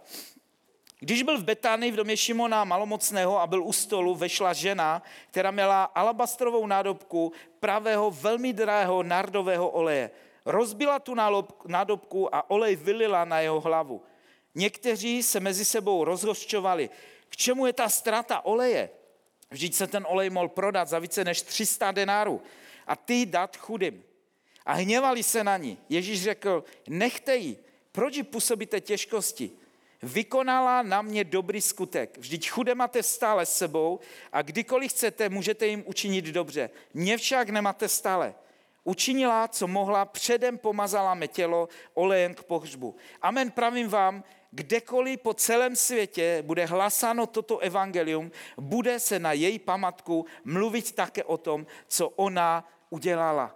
[SPEAKER 1] Když byl v Betánii v domě Šimona Malomocného a byl u stolu, vešla žena, která měla alabastrovou nádobku pravého velmi drahého nardového oleje. Rozbila tu nádobku a olej vylila na jeho hlavu. Někteří se mezi sebou rozhořčovali. K čemu je ta ztráta oleje? Vždyť se ten olej mohl prodat za více než 300 denárů a ty dát chudým. A hněvali se na ní. Ježíš řekl, nechte ji. Proč působíte těžkosti? Vykonala na mě dobrý skutek. Vždyť chudé máte stále s sebou a kdykoliv chcete, můžete jim učinit dobře. Mě však nemáte stále. Učinila, co mohla, předem pomazala mé tělo olejem k pohřbu. Amen, pravím vám, kdekoliv po celém světě bude hlasáno toto evangelium, bude se na její památku mluvit také o tom, co ona udělala.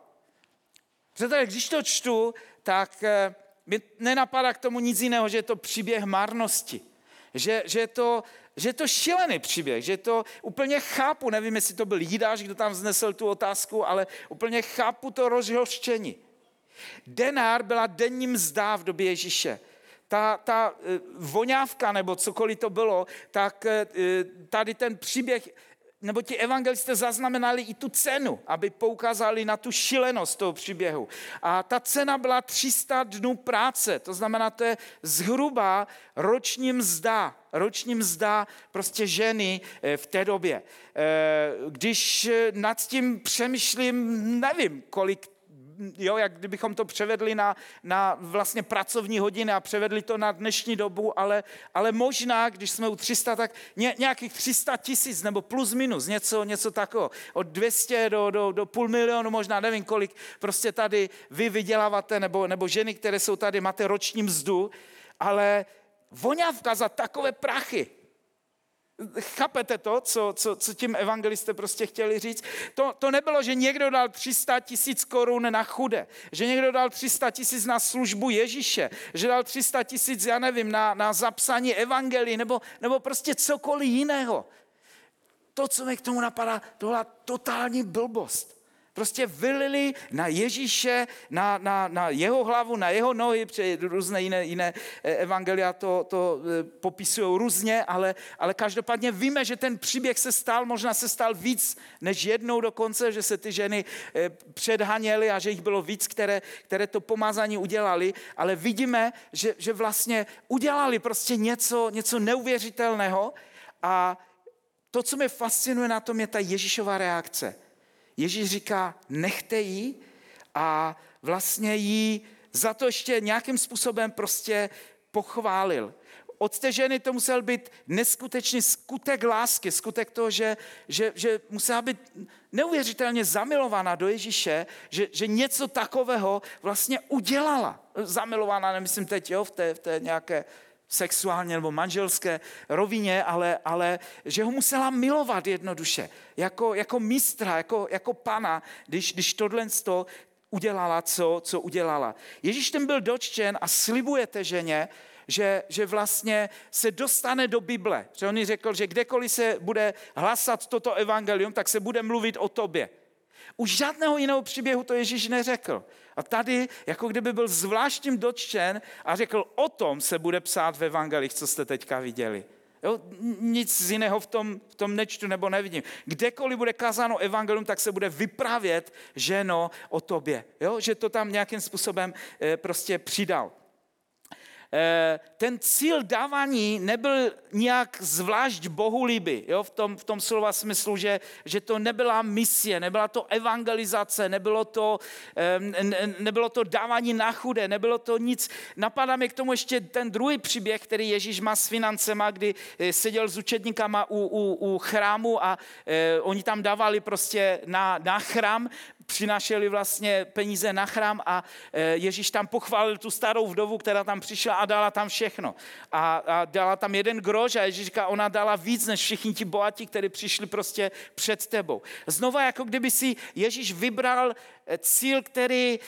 [SPEAKER 1] Protože když to čtu, tak mi nenapadá k tomu nic jiného, že je to příběh marnosti. Že je to šílený příběh, že to úplně chápu, nevím, jestli to byl Jidáš, kdo tam vznesl tu otázku, ale úplně chápu to rozhořčení. Denár byla denní mzda v době Ježíše. Ta voňávka, nebo cokoliv to bylo, tak tady ten příběh, nebo ti evangelisté zaznamenali i tu cenu, aby poukázali na tu šílenost toho příběhu. A ta cena byla 300 dnů práce, to znamená, to je zhruba roční mzda prostě ženy v té době. Když nad tím přemýšlím, nevím, kolik
[SPEAKER 7] jo, jak kdybychom to převedli na vlastně pracovní hodiny a převedli to na dnešní dobu, ale možná, když jsme u 300, tak nějakých 300 000 nebo plus minus, něco takového. Od 200 do půl milionu, možná nevím kolik, prostě tady vy vyděláváte, nebo ženy, které jsou tady, máte roční mzdu, ale voňavka za takové prachy. Chápete to, co tím evangelisté prostě chtěli říct? To nebylo, že někdo dal 300 000 korun na chudé, že někdo dal 300 000 na službu Ježíše, že dal 300 000, já nevím, na zapsání evangelii, nebo prostě cokoliv jiného. To, co mi k tomu napadá, to byla totální blbost. Prostě vylili na Ježíše, na jeho hlavu, na jeho nohy, protože různé jiné evangelia to popisují různě, ale každopádně víme, že ten příběh možná se stal víc než jednou dokonce, že se ty ženy předhaněly a že jich bylo víc, které to pomazání udělali, ale vidíme, že vlastně udělali prostě něco neuvěřitelného a to, co mě fascinuje na tom, je ta Ježíšova reakce. Ježíš říká, nechte jí a vlastně jí za to ještě nějakým způsobem prostě pochválil. Od té ženy to musel být neskutečný skutek lásky, skutek toho, že musela být neuvěřitelně zamilovaná do Ježíše, že něco takového vlastně udělala. Zamilovaná, nemyslím teď, v té nějaké sexuální nebo manželské rovině, ale že ho musela milovat jednoduše, jako mistra, jako pana, když tohle udělala, co udělala. Ježíš ten byl dotčen a slibuje té ženě, že vlastně se dostane do Bible. Že on jí řekl, že kdekoliv se bude hlasat toto evangelium, tak se bude mluvit o tobě. Už žádného jiného příběhu to Ježíš neřekl. A tady, jako kdyby byl zvláštním dotčen a řekl, o tom se bude psát v evangelích, co jste teďka viděli. Jo? Nic z jiného v tom nečtu nebo nevidím. Kdekoliv bude kázáno evangelium, tak se bude vyprávět, ženo, o tobě. Jo? Že to tam nějakým způsobem prostě přidal. Ten cíl dávání nebyl nějak zvlášť bohulíbý, jo? V tom slova smyslu, že to nebyla misie, nebyla to evangelizace, nebylo to dávání na chudé, nebylo to nic. Napadá mi k tomu ještě ten druhý příběh, který Ježíš má s financema, kdy seděl s učedníkama u chrámu a oni tam dávali prostě na chrám, přinášeli vlastně peníze na chrám a Ježíš tam pochválil tu starou vdovu, která tam přišla a dala tam všechno. A dala tam jeden groš a Ježíš říká, ona dala víc než všichni ti bohatí, kteří přišli prostě před tebou. Znova jako kdyby si Ježíš vybral cíl, který,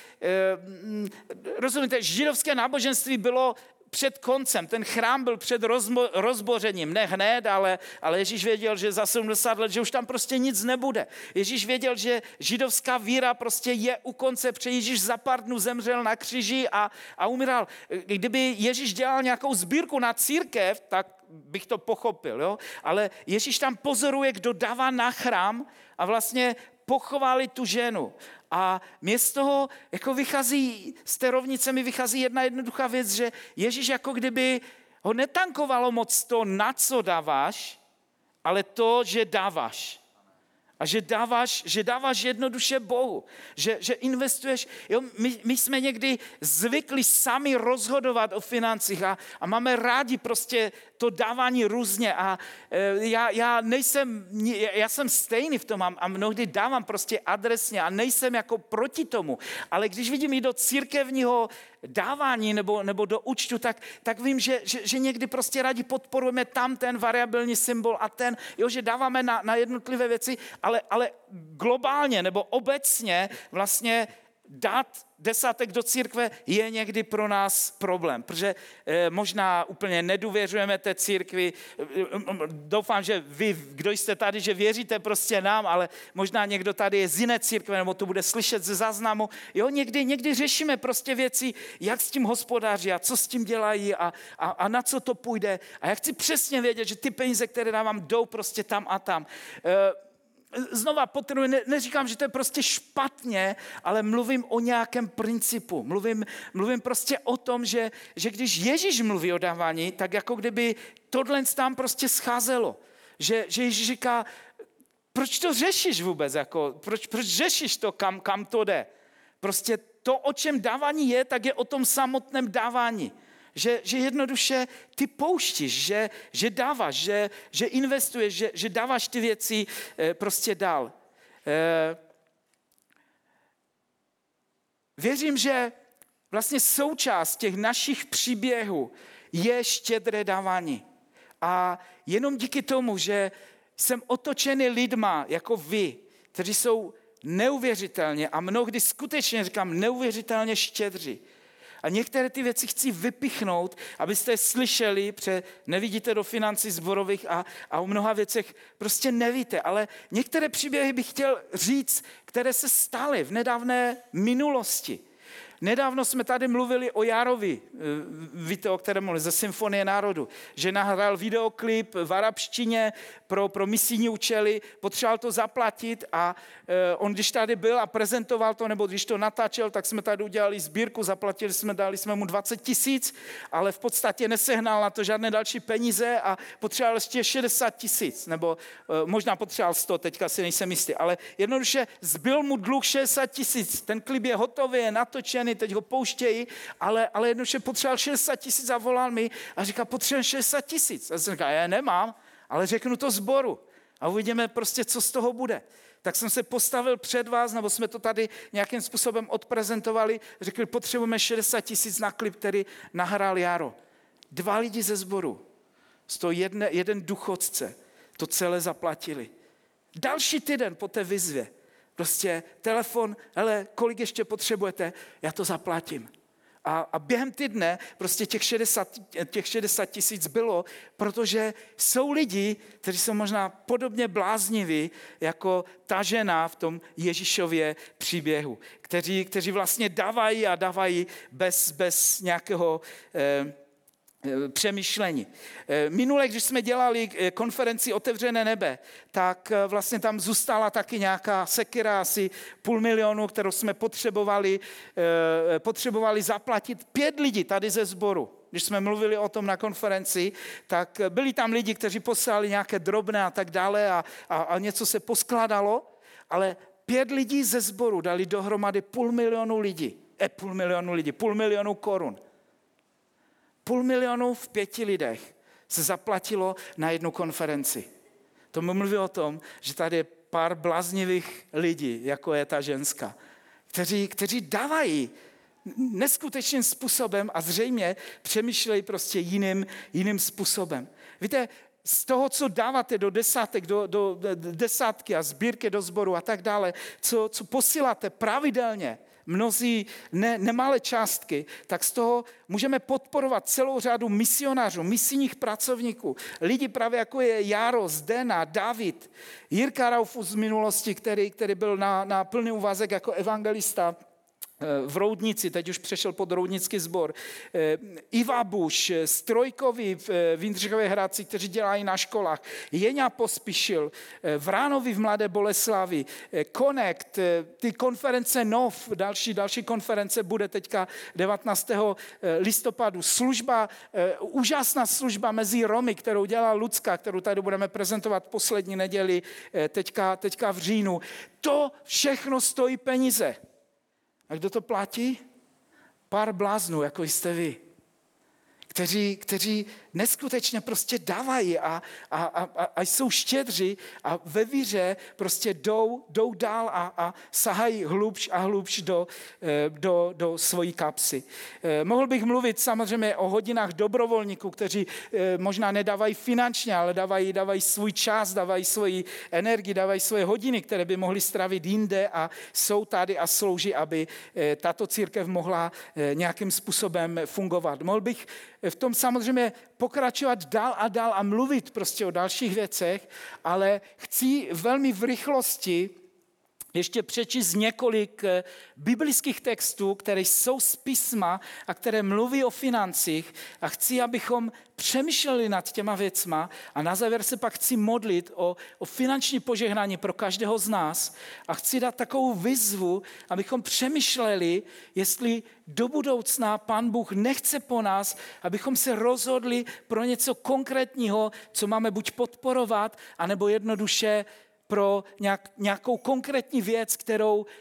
[SPEAKER 7] rozumíte, židovské náboženství bylo před koncem, ten chrám byl před rozbořením, ne hned, ale Ježíš věděl, že za 70 let, že už tam prostě nic nebude. Ježíš věděl, že židovská víra prostě je u konce, protože Ježíš za pár dnů zemřel na kříži a umíral. Kdyby Ježíš dělal nějakou sbírku na církev, tak bych to pochopil, jo? Ale Ježíš tam pozoruje, kdo dává na chrám a vlastně pochválí tu ženu. A mě z toho jako vychází, z té rovnice mi vychází jedna jednoduchá věc, že Ježíš jako kdyby ho netankovalo moc to, na co dáváš, ale to, že dáváš. A že dáváš jednoduše Bohu. Že investuješ. Jo, my jsme někdy zvykli sami rozhodovat o financích a máme rádi prostě to dávání různě. A já jsem stejný v tom a mnohdy dávám prostě adresně a nejsem jako proti tomu. Ale když vidím i do církevního dávání nebo do účtu, tak vím, že někdy prostě rádi podporujeme tam ten variabilní symbol a ten, jo, že dáváme na jednotlivé věci, ale globálně nebo obecně vlastně dát desátek do církve je někdy pro nás problém, protože možná úplně nedůvěřujeme té církvi. Doufám, že vy, kdo jste tady, že věříte prostě nám, ale možná někdo tady je z jiné církve, nebo to bude slyšet ze záznamu. Jo, někdy řešíme prostě věci, jak s tím hospodáří a co s tím dělají a na co to půjde. A já chci přesně vědět, že ty peníze, které dávám, jdou prostě tam a tam. Znova podtrhuji, neříkám, že to je prostě špatně, ale mluvím o nějakém principu. Mluvím prostě o tom, že když Ježíš mluví o dávání, tak jako kdyby tohle tam prostě scházelo. Že Ježíš říká, proč to řešíš vůbec? Proč řešíš to, kam to jde? Prostě to, o čem dávání je, tak je o tom samotném dávání. Že jednoduše ty pouštíš, že dáváš, že investuješ, že dáváš ty věci prostě dál. Věřím, že vlastně součást těch našich příběhů je štědré dávání. A jenom díky tomu, že jsem otočený lidma jako vy, kteří jsou neuvěřitelně a mnohdy skutečně říkám neuvěřitelně štědří. A některé ty věci chci vypichnout, abyste je slyšeli, protože nevidíte do financí sborových a o mnoha věcech prostě nevíte. Ale některé příběhy bych chtěl říct, které se staly v nedávné minulosti. Nedávno jsme tady mluvili o Járovi, víte, o kterém mluvili, ze Symfonie národu, že nahrál videoklip v arabštině pro misijní účely, potřeboval to zaplatit a on, když tady byl a prezentoval to, nebo když to natáčel, tak jsme tady udělali sbírku, zaplatili jsme, dali jsme mu 20 000, ale v podstatě nesehnal na to žádné další peníze a potřeboval ještě 60 000, nebo možná potřeboval 100, teďka si nejsem jistý, ale jednoduše zbyl mu dluh 60 000, ten klip je hotový, je natočený, teď ho pouštějí, ale jednoduše potřeboval 60 000 a volal mi a říká, potřebuji 60 000. A jsem říkal, já nemám, ale řeknu to sboru a uvidíme prostě, co z toho bude. Tak jsem se postavil před vás, nebo jsme to tady nějakým způsobem odprezentovali, řekli, potřebujeme 60 000 na klip, který nahrál Jaro. 2 lidi ze sboru, z toho jeden důchodce, to celé zaplatili. Další týden po té výzvě, prostě telefon, hele, kolik ještě potřebujete, já to zaplatím. A během týdne prostě těch 60 000 bylo, protože jsou lidi, kteří jsou možná podobně blázniví, jako ta žena v tom Ježíšově příběhu, kteří vlastně dávají bez nějakého přemýšlení. Minule, když jsme dělali konferenci Otevřené nebe, tak vlastně tam zůstala taky nějaká sekera, asi 500 000, kterou jsme potřebovali zaplatit 5 lidí tady ze sboru. Když jsme mluvili o tom na konferenci, tak byli tam lidi, kteří poslali nějaké drobné a tak dále a něco se poskládalo, ale 5 lidí ze sboru dali dohromady 500 000 korun. 500 000 v 5 lidech se zaplatilo na jednu konferenci. To mluví o tom, že tady je pár bláznivých lidí, jako je ta ženská, kteří dávají neskutečným způsobem a zřejmě přemýšlejí prostě jiným způsobem. Víte, z toho, co dáváte do desátek, do desátky a sbírky do sboru a tak dále, co posíláte pravidelně, mnozí nemalé částky, tak z toho můžeme podporovat celou řadu misionářů, misijních pracovníků, lidi právě jako je Jaro, Zdena, David, Jirka Raufus z minulosti, který byl na plný úvazek jako evangelista v Roudnici, teď už přešel pod Roudnický sbor, Iva Buš, Strojkovi v Jindřichově Hradci, kteří dělají na školách, Jeňa Pospíšil, Vránovi v Mladé Boleslavi, Connect, ty konference NOV, další konference bude teďka 19. listopadu, služba, úžasná služba mezi Romy, kterou dělá Lucka, kterou tady budeme prezentovat poslední neděli, teďka v říjnu. To všechno stojí peníze. A kdo to platí? Pár bláznů, jako jste vy, kteří neskutečně prostě dávají a jsou štědří a ve víře prostě jdou dál a sahají hlubš a hlubš do svojí kapsy. Mohl bych mluvit samozřejmě o hodinách dobrovolníků, kteří možná nedávají finančně, ale dávají svůj čas, dávají svoji energii, dávají svoje hodiny, které by mohli strávit jinde a jsou tady a slouží, aby tato církev mohla nějakým způsobem fungovat. Mohl bych v tom samozřejmě pokračovat dál a mluvit prostě o dalších věcech, ale chci velmi v rychlosti ještě přečíst několik biblických textů, které jsou z písma a které mluví o financích a chci, abychom přemýšleli nad těma věcma a na závěr se pak chci modlit o finanční požehnání pro každého z nás a chci dát takovou výzvu, abychom přemýšleli, jestli do budoucna Pán Bůh nechce po nás, abychom se rozhodli pro něco konkrétního, co máme buď podporovat, anebo jednoduše pro nějakou konkrétní věc,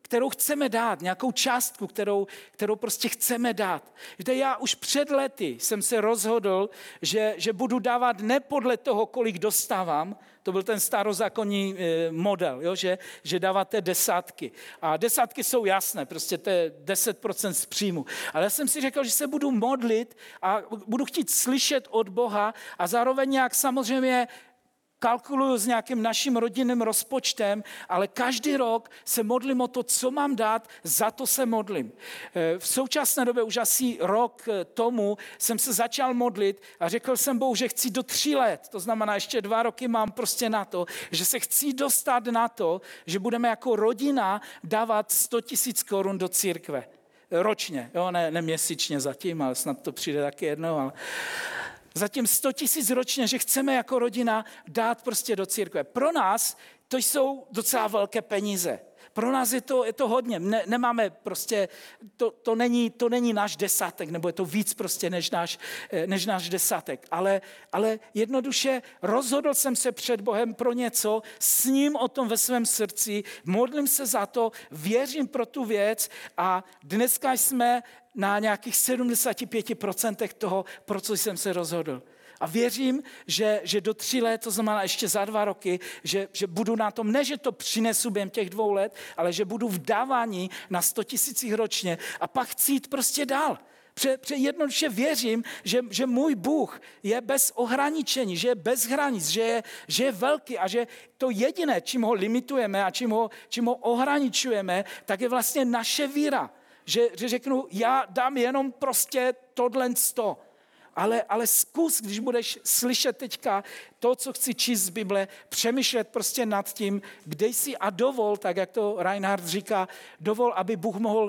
[SPEAKER 7] kterou chceme dát, nějakou částku, kterou prostě chceme dát. Víte, já už před lety jsem se rozhodl, že budu dávat ne podle toho, kolik dostávám, to byl ten starozákonní model, jo, že dáváte desátky. A desátky jsou jasné, prostě to je 10% z příjmu. Ale já jsem si řekl, že se budu modlit a budu chtít slyšet od Boha a zároveň nějak samozřejmě kalkuluju s nějakým naším rodinným rozpočtem, ale každý rok se modlím o to, co mám dát, za to se modlím. V současné době už asi rok tomu jsem se začal modlit a řekl jsem Bohu, že chci do 3 let, to znamená ještě 2 roky mám prostě na to, že se chci dostat na to, že budeme jako rodina dávat 100 000 korun do církve. Ročně, jo, ne měsíčně zatím, ale snad to přijde taky jednou, ale zatím 100 000 ročně, že chceme jako rodina dát prostě do církve. Pro nás to jsou docela velké peníze. Pro nás je to hodně. Nemáme prostě, to není náš desátek, nebo je to víc prostě než náš desátek. Ale jednoduše rozhodl jsem se před Bohem pro něco, s ním o tom ve svém srdci, modlím se za to, věřím pro tu věc a dneska jsme na nějakých 75% toho, pro co jsem se rozhodl. A věřím, že do 3 let, to znamená ještě za 2 roky, že budu na tom, ne že to přinesu během těch 2 let, ale že budu v dávání na 100 000 ročně a pak chci jít prostě dál. Jednoduše věřím, že můj Bůh je bez ohraničení, že je bez hranic, že je velký a že to jediné, čím ho limitujeme a čím ho ohraničujeme, tak je vlastně naše víra. Že řeknu, já dám jenom prostě tohle 100. Ale zkus, když budeš slyšet teďka to, co chci číst z Bible, přemýšlet prostě nad tím, kde jsi a dovol, tak jak to Reinhard říká, dovol, aby Bůh mohl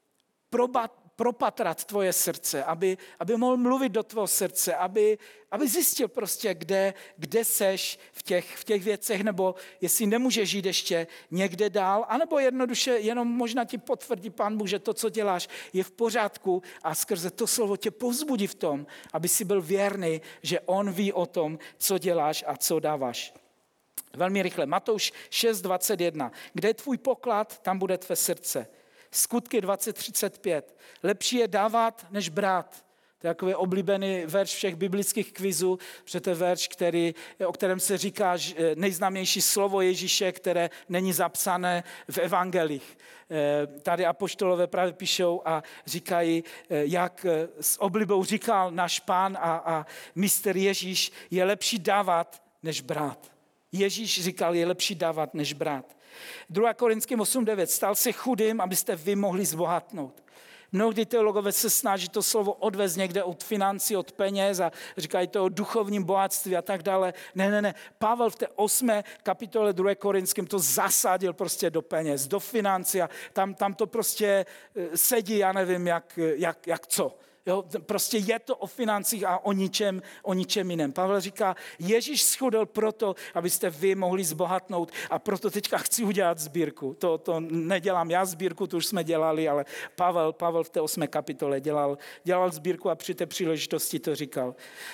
[SPEAKER 7] propatrat tvoje srdce, aby mohl mluvit do tvého srdce, aby zjistil prostě, kde seš v těch věcech, nebo jestli nemůžeš žít ještě někde dál, anebo jednoduše jenom možná ti potvrdí Pán Bůh, že to, co děláš, je v pořádku a skrze to slovo tě povzbudí v tom, aby si byl věrný, že on ví o tom, co děláš a co dáváš. Velmi rychle. Matouš 6:21. Kde je tvůj poklad, tam bude tvé srdce. Skutky 20:35. Lepší je dávat, než brát. To je takový oblíbený verš všech biblických kvizů, protože to je verš, o kterém se říká nejznámější slovo Ježíše, které není zapsané v evangelích. Tady apoštolové právě píšou a říkají, jak s oblibou říkal náš Pán a mistr Ježíš, je lepší dávat, než brát. Ježíš říkal, je lepší dávat, než brát. 2. Korinským 8:9. Stal se chudým, abyste vy mohli zbohatnout. Mnohdy teologové se snaží to slovo odvést někde od financí, od peněz a říkají to o duchovním bohatství a tak dále. Ne. Pavel v té 8. kapitole 2. Korinským to zasadil prostě do peněz, do financí a tam to prostě sedí, já nevím, jak co. Jo, prostě je to o financích a o ničem jiném. Pavel říká, Ježíš schudl proto, abyste vy mohli zbohatnout a proto teďka chci udělat sbírku. To nedělám já sbírku, to už jsme dělali, ale Pavel v té 8. kapitole dělal sbírku a při té příležitosti to říkal.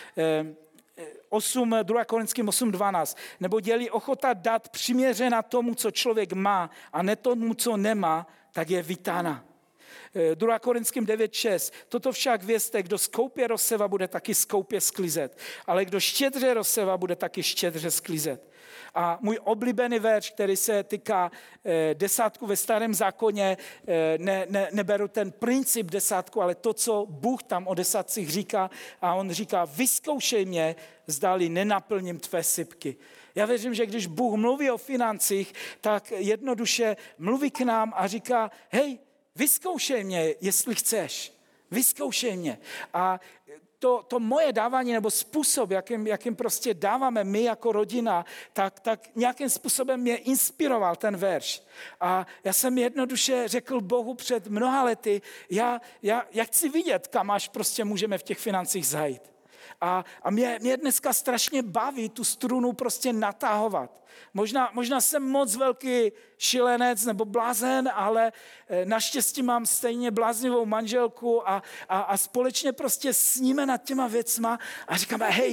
[SPEAKER 7] 2. Korinským 8:12. Nebo je-li ochota dát přiměřená tomu, co člověk má a ne tomu, co nemá, tak je vítána. 2. Korinským 9:6. Toto však vězte, kdo skoupě rozseva, bude taky skoupě sklizet. Ale kdo štědře rozseva, bude taky štědře sklizet. A můj oblíbený verš, který se týká desátku ve Starém zákoně, neberu ten princip desátku, ale to, co Bůh tam o desátcích říká. A on říká, vyzkoušej mě, zdali nenaplním tvé sypky. Já věřím, že když Bůh mluví o financích, tak jednoduše mluví k nám a říká, hej, vyzkoušej mě, jestli chceš. Vyzkoušej mě. A to moje dávání nebo způsob, jakým prostě dáváme my jako rodina, tak nějakým způsobem mě inspiroval ten verš. A já jsem jednoduše řekl Bohu před mnoha lety, já chci vidět, kam až prostě můžeme v těch financích zajít. A mě dneska strašně baví tu strunu prostě natahovat. Možná jsem moc velký šilenec nebo blázen, ale naštěstí mám stejně bláznivou manželku a společně prostě sníme nad těma věcma a říkáme, hej,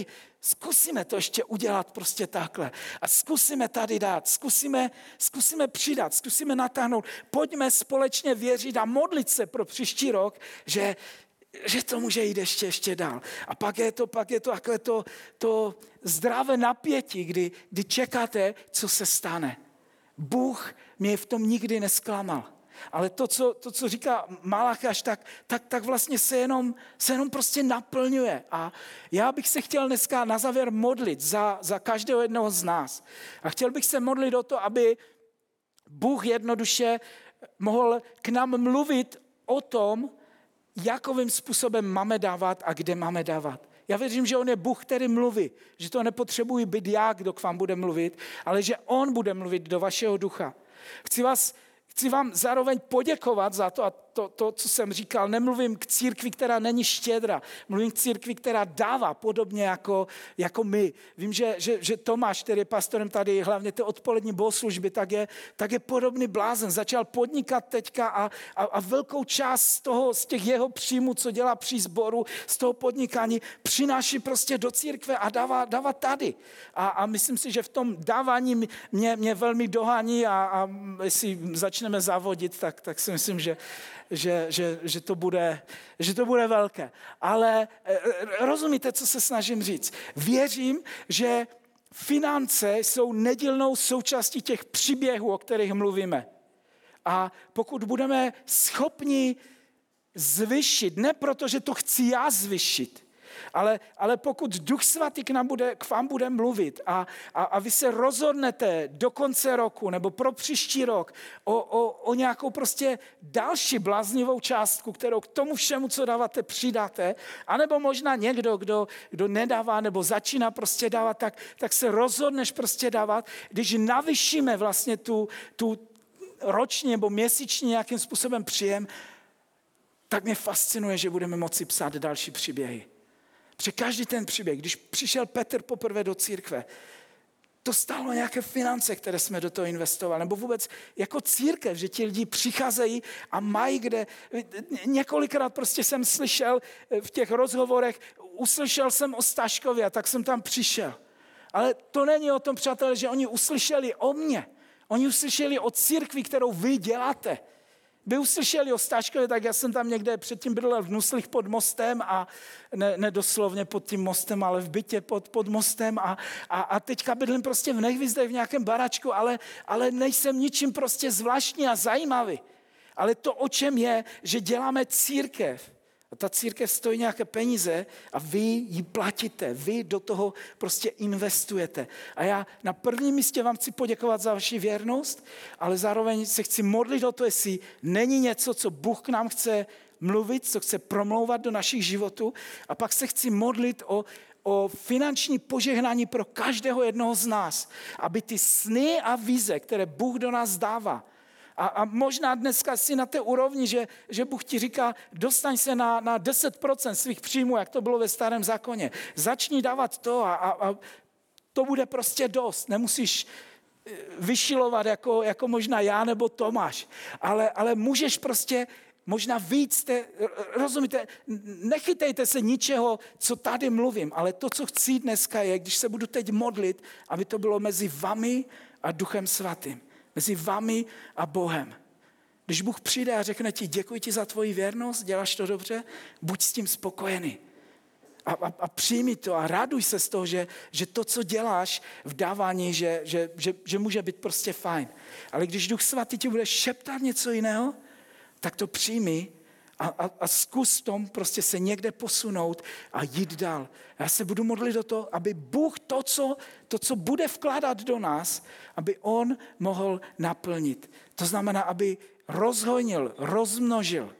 [SPEAKER 7] Zkusíme to ještě udělat prostě takhle. A zkusíme tady dát, zkusíme přidat, zkusíme natáhnout. Pojďme společně věřit a modlit se pro příští rok, že to může jít ještě dál. A pak je to takové to zdravé napětí, kdy čekáte, co se stane. Bůh mě v tom nikdy nesklamal. Ale to, co říká Malachiáš, tak vlastně se jenom prostě naplňuje. A já bych se chtěl dneska na závěr modlit za každého jednoho z nás. A chtěl bych se modlit o to, aby Bůh jednoduše mohl k nám mluvit o tom, jakovým způsobem máme dávat a kde máme dávat. Já věřím, že on je Bůh, který mluví, že to nepotřebuji být já, kdo k vám bude mluvit, ale že on bude mluvit do vašeho ducha. Chci vám zároveň poděkovat za to, a to, co jsem říkal, nemluvím k církvi, která není štědra, mluvím k církvi, která dává podobně jako my. Vím, že Tomáš, který je pastorem tady, hlavně té odpolední bohoslužby, tak je podobný blázen. Začal podnikat teďka a velkou část z těch jeho příjmů, co dělá při sboru, z toho podnikání, přináší prostě do církve a dává tady. A myslím si, že v tom dávání mě velmi dohání a jestli začneme závodit, tak si myslím, že to bude velké. Ale rozumíte, co se snažím říct? Věřím, že finance jsou nedílnou součástí těch příběhů, o kterých mluvíme. A pokud budeme schopni zvyšit, ne proto, že to chci já zvyšit, ale pokud Duch Svatý k vám bude mluvit a vy se rozhodnete do konce roku nebo pro příští rok o nějakou prostě další bláznivou částku, kterou k tomu všemu, co dáváte, přidáte, anebo možná někdo, kdo nedává nebo začíná prostě dávat, tak se rozhodneš prostě dávat, když navýšíme vlastně tu roční nebo měsíční nějakým způsobem příjem, tak mě fascinuje, že budeme moci psát další příběhy. Protože každý ten příběh, když přišel Petr poprvé do církve, to stálo nějaké finance, které jsme do toho investovali, nebo vůbec jako církev, že ti lidi přicházejí a mají kde. Několikrát prostě jsem slyšel v těch rozhovorech, uslyšel jsem o Staškově a tak jsem tam přišel. Ale to není o tom, přátelé, že oni uslyšeli o mně. Oni uslyšeli o církvi, kterou vy děláte. By uslyšeli o Staškově, tak já jsem tam někde předtím bydlel v Nuslích pod mostem a ne doslovně pod tím mostem, ale v bytě pod mostem a teďka bydlím prostě v Nehvizdech v nějakém baračku, ale nejsem ničím prostě zvláštní a zajímavý. Ale to, o čem je, že děláme církev. A ta církev stojí nějaké peníze a vy ji platíte, vy do toho prostě investujete. A já na prvním místě vám chci poděkovat za vaši věrnost, ale zároveň se chci modlit o to, jestli není něco, co Bůh k nám chce mluvit, co chce promlouvat do našich životů. A pak se chci modlit o finanční požehnání pro každého jednoho z nás, aby ty sny a vize, které Bůh do nás dává, a možná dneska si na té úrovni, že Bůh ti říká, dostaň se na 10% svých příjmů, jak to bylo ve Starém zákoně. Začni dávat to a to bude prostě dost. Nemusíš vyšilovat jako možná já nebo Tomáš, ale můžeš prostě možná víc, rozumíte, nechytejte se ničeho, co tady mluvím, ale to, co chci dneska je, když se budu teď modlit, aby to bylo mezi vami a Duchem Svatým. Mezi vami a Bohem. Když Bůh přijde a řekne ti, děkuji ti za tvoji věrnost, děláš to dobře, buď s tím spokojený. A přijmi to a raduj se z toho, že to, co děláš v dávání, že může být prostě fajn. Ale když Duch Svatý ti bude šeptat něco jiného, tak to přijmi a zkus tom prostě se někde posunout a jít dál. Já se budu modlit o to, aby Bůh to, co bude vkládat do nás, aby on mohl naplnit. To znamená, aby rozhojnil, rozmnožil.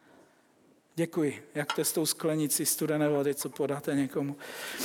[SPEAKER 7] Děkuji. Jak to je s tou sklenicí studené vody, co podáte někomu?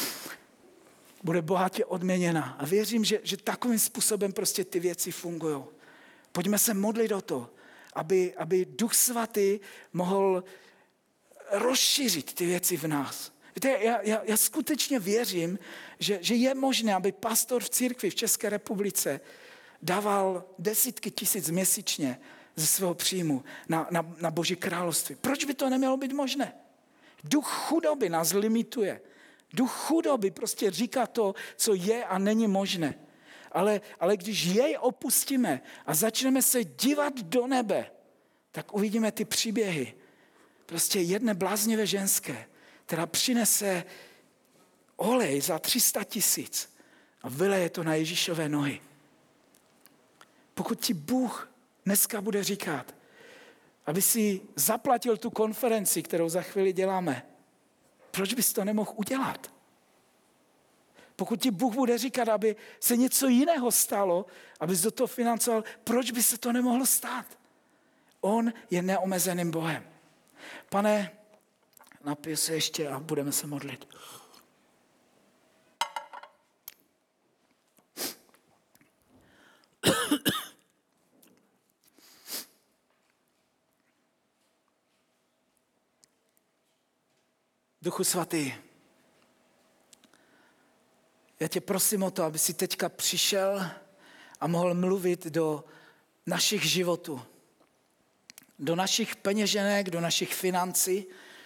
[SPEAKER 7] Bude bohatě odměněna. A věřím, že takovým způsobem prostě ty věci fungují. Pojďme se modlit o to, aby Duch Svatý mohl rozšířit ty věci v nás. Víte, já skutečně věřím, že je možné, aby pastor v církvi v České republice dával desítky tisíc měsíčně ze svého příjmu na Boží království. Proč by to nemělo být možné? Duch chudoby nás limituje. Duch chudoby prostě říká to, co je a není možné. Ale když jej opustíme a začneme se dívat do nebe, tak uvidíme ty příběhy. Prostě jedné bláznivé ženské, která přinese olej za 300 000 a vyleje to na Ježíšové nohy. Pokud ti Bůh dneska bude říkat, aby si zaplatil tu konferenci, kterou za chvíli děláme, proč bys to nemohl udělat? Pokud ti Bůh bude říkat, aby se něco jiného stalo, abys do toho financoval, proč by se to nemohlo stát? On je neomezeným Bohem. Pane, napij se ještě a budeme se modlit. Duchu svatý, já tě prosím o to, aby si teďka přišel a mohl mluvit do našich životů, do našich peněženek, do našich financí.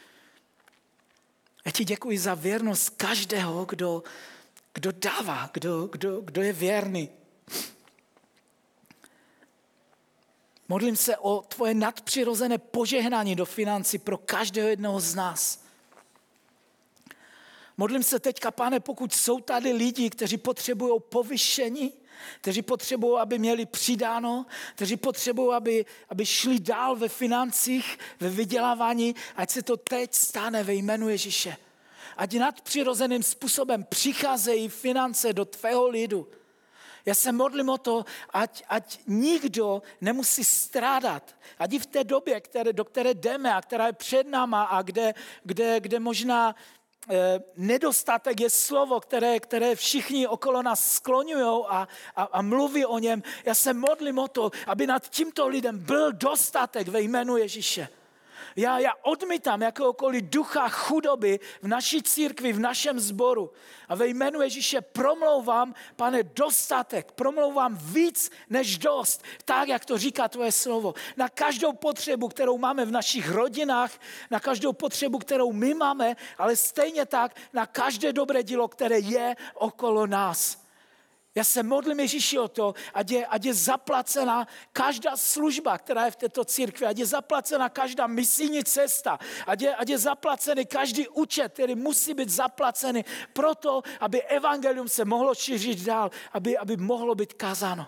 [SPEAKER 7] Já ti děkuji za věrnost každého, kdo dává, kdo je věrný. Modlím se o tvoje nadpřirozené požehnání do financí pro každého jednoho z nás. Modlím se teďka, Pane, pokud jsou tady lidi, kteří potřebují povyšení, kteří potřebují, aby měli přidáno, kteří potřebují, aby šli dál ve financích, ve vydělávání, ať se to teď stane ve jménu Ježíše. Ať nadpřirozeným způsobem přicházejí finance do tvého lidu. Já se modlím o to, ať nikdo nemusí strádat. Ať i v té době, do které jdeme a která je před náma a kde možná nedostatek je slovo, které všichni okolo nás skloňují a mluví o něm. Já se modlím o to, aby nad tímto lidem byl dostatek ve jménu Ježíše. Já odmítám jakoukoliv ducha chudoby v naší církvi, v našem sboru. A ve jménu Ježíše promlouvám, Pane, dostatek, promlouvám víc než dost, tak, jak to říká tvoje slovo. Na každou potřebu, kterou máme v našich rodinách, na každou potřebu, kterou my máme, ale stejně tak na každé dobré dílo, které je okolo nás. Já se modlím, Ježíši, o to, ať je zaplacena každá služba, která je v této církvi, ať je zaplacena každá misijní cesta, ať je zaplacený každý účet, který musí být zaplacený proto, aby evangelium se mohlo šířit dál, aby mohlo být kázáno.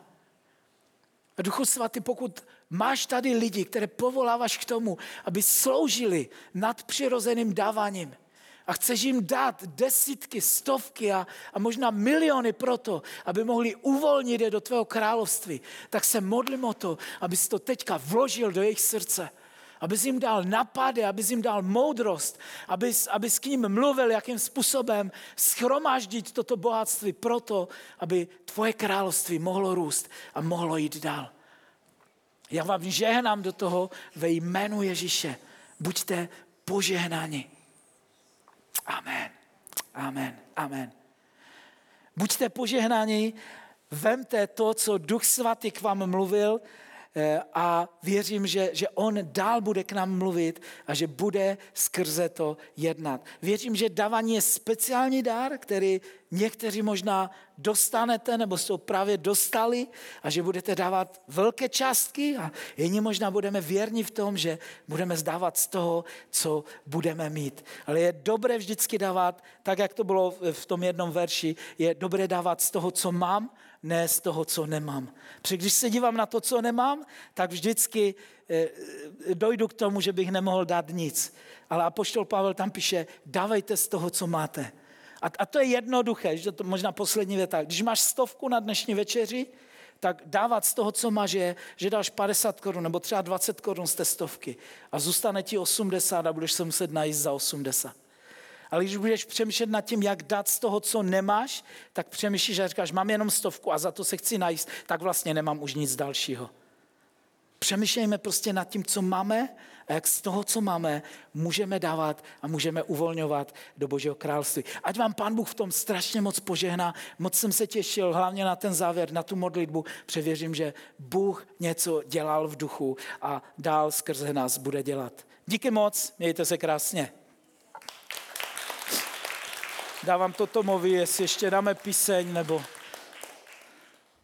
[SPEAKER 7] A Duchu svatý, pokud máš tady lidi, které povoláváš k tomu, aby sloužili nadpřirozeným dáváním, a chceš jim dát desítky, stovky a možná miliony proto, aby mohli uvolnit je do tvého království, tak se modlím o to, abys to teďka vložil do jejich srdce. Abys jim dal napady, abys jim dal moudrost, abys k ním mluvil, jakým způsobem shromáždit toto bohatství proto, aby tvoje království mohlo růst a mohlo jít dál. Já vám žehnám do toho ve jménu Ježíše. Buďte požehnáni. Amen, amen, amen. Buďte požehnáni, vemte to, co Duch Svatý k vám mluvil a věřím, že on dál bude k nám mluvit a že bude skrze to jednat. Věřím, že dávání je speciální dar, který někteří možná dostanete nebo jste právě dostali a že budete dávat velké částky a jiní možná budeme věrní v tom, že budeme zdávat z toho, co budeme mít. Ale je dobré vždycky dávat, tak jak to bylo v tom jednom verši, je dobré dávat z toho, co mám, ne z toho, co nemám. Protože když se dívám na to, co nemám, tak vždycky dojdu k tomu, že bych nemohl dát nic. Ale apoštol Pavel tam píše, dávejte z toho, co máte. A to je jednoduché, že to možná poslední věta. Když máš 100 na dnešní večeři, tak dávat z toho, co máš, je, že dáš 50 korun nebo třeba 20 korun z té 100 a zůstane ti 80 a budeš se muset najíst za 80. Ale když budeš přemýšlet nad tím, jak dát z toho, co nemáš, tak přemýšlíš a říkáš, mám jenom 100 a za to se chci najíst, tak vlastně nemám už nic dalšího. Přemýšlejme prostě nad tím, co máme a jak z toho, co máme, můžeme dávat a můžeme uvolňovat do Božího království. Ať vám Pán Bůh v tom strašně moc požehná. Moc jsem se těšil, hlavně na ten závěr, na tu modlitbu. Převěřím, že Bůh něco dělal v duchu a dál skrze nás bude dělat. Díky moc, mějte se krásně. Dávám to Tomovi, jestli ještě dáme píseň, nebo...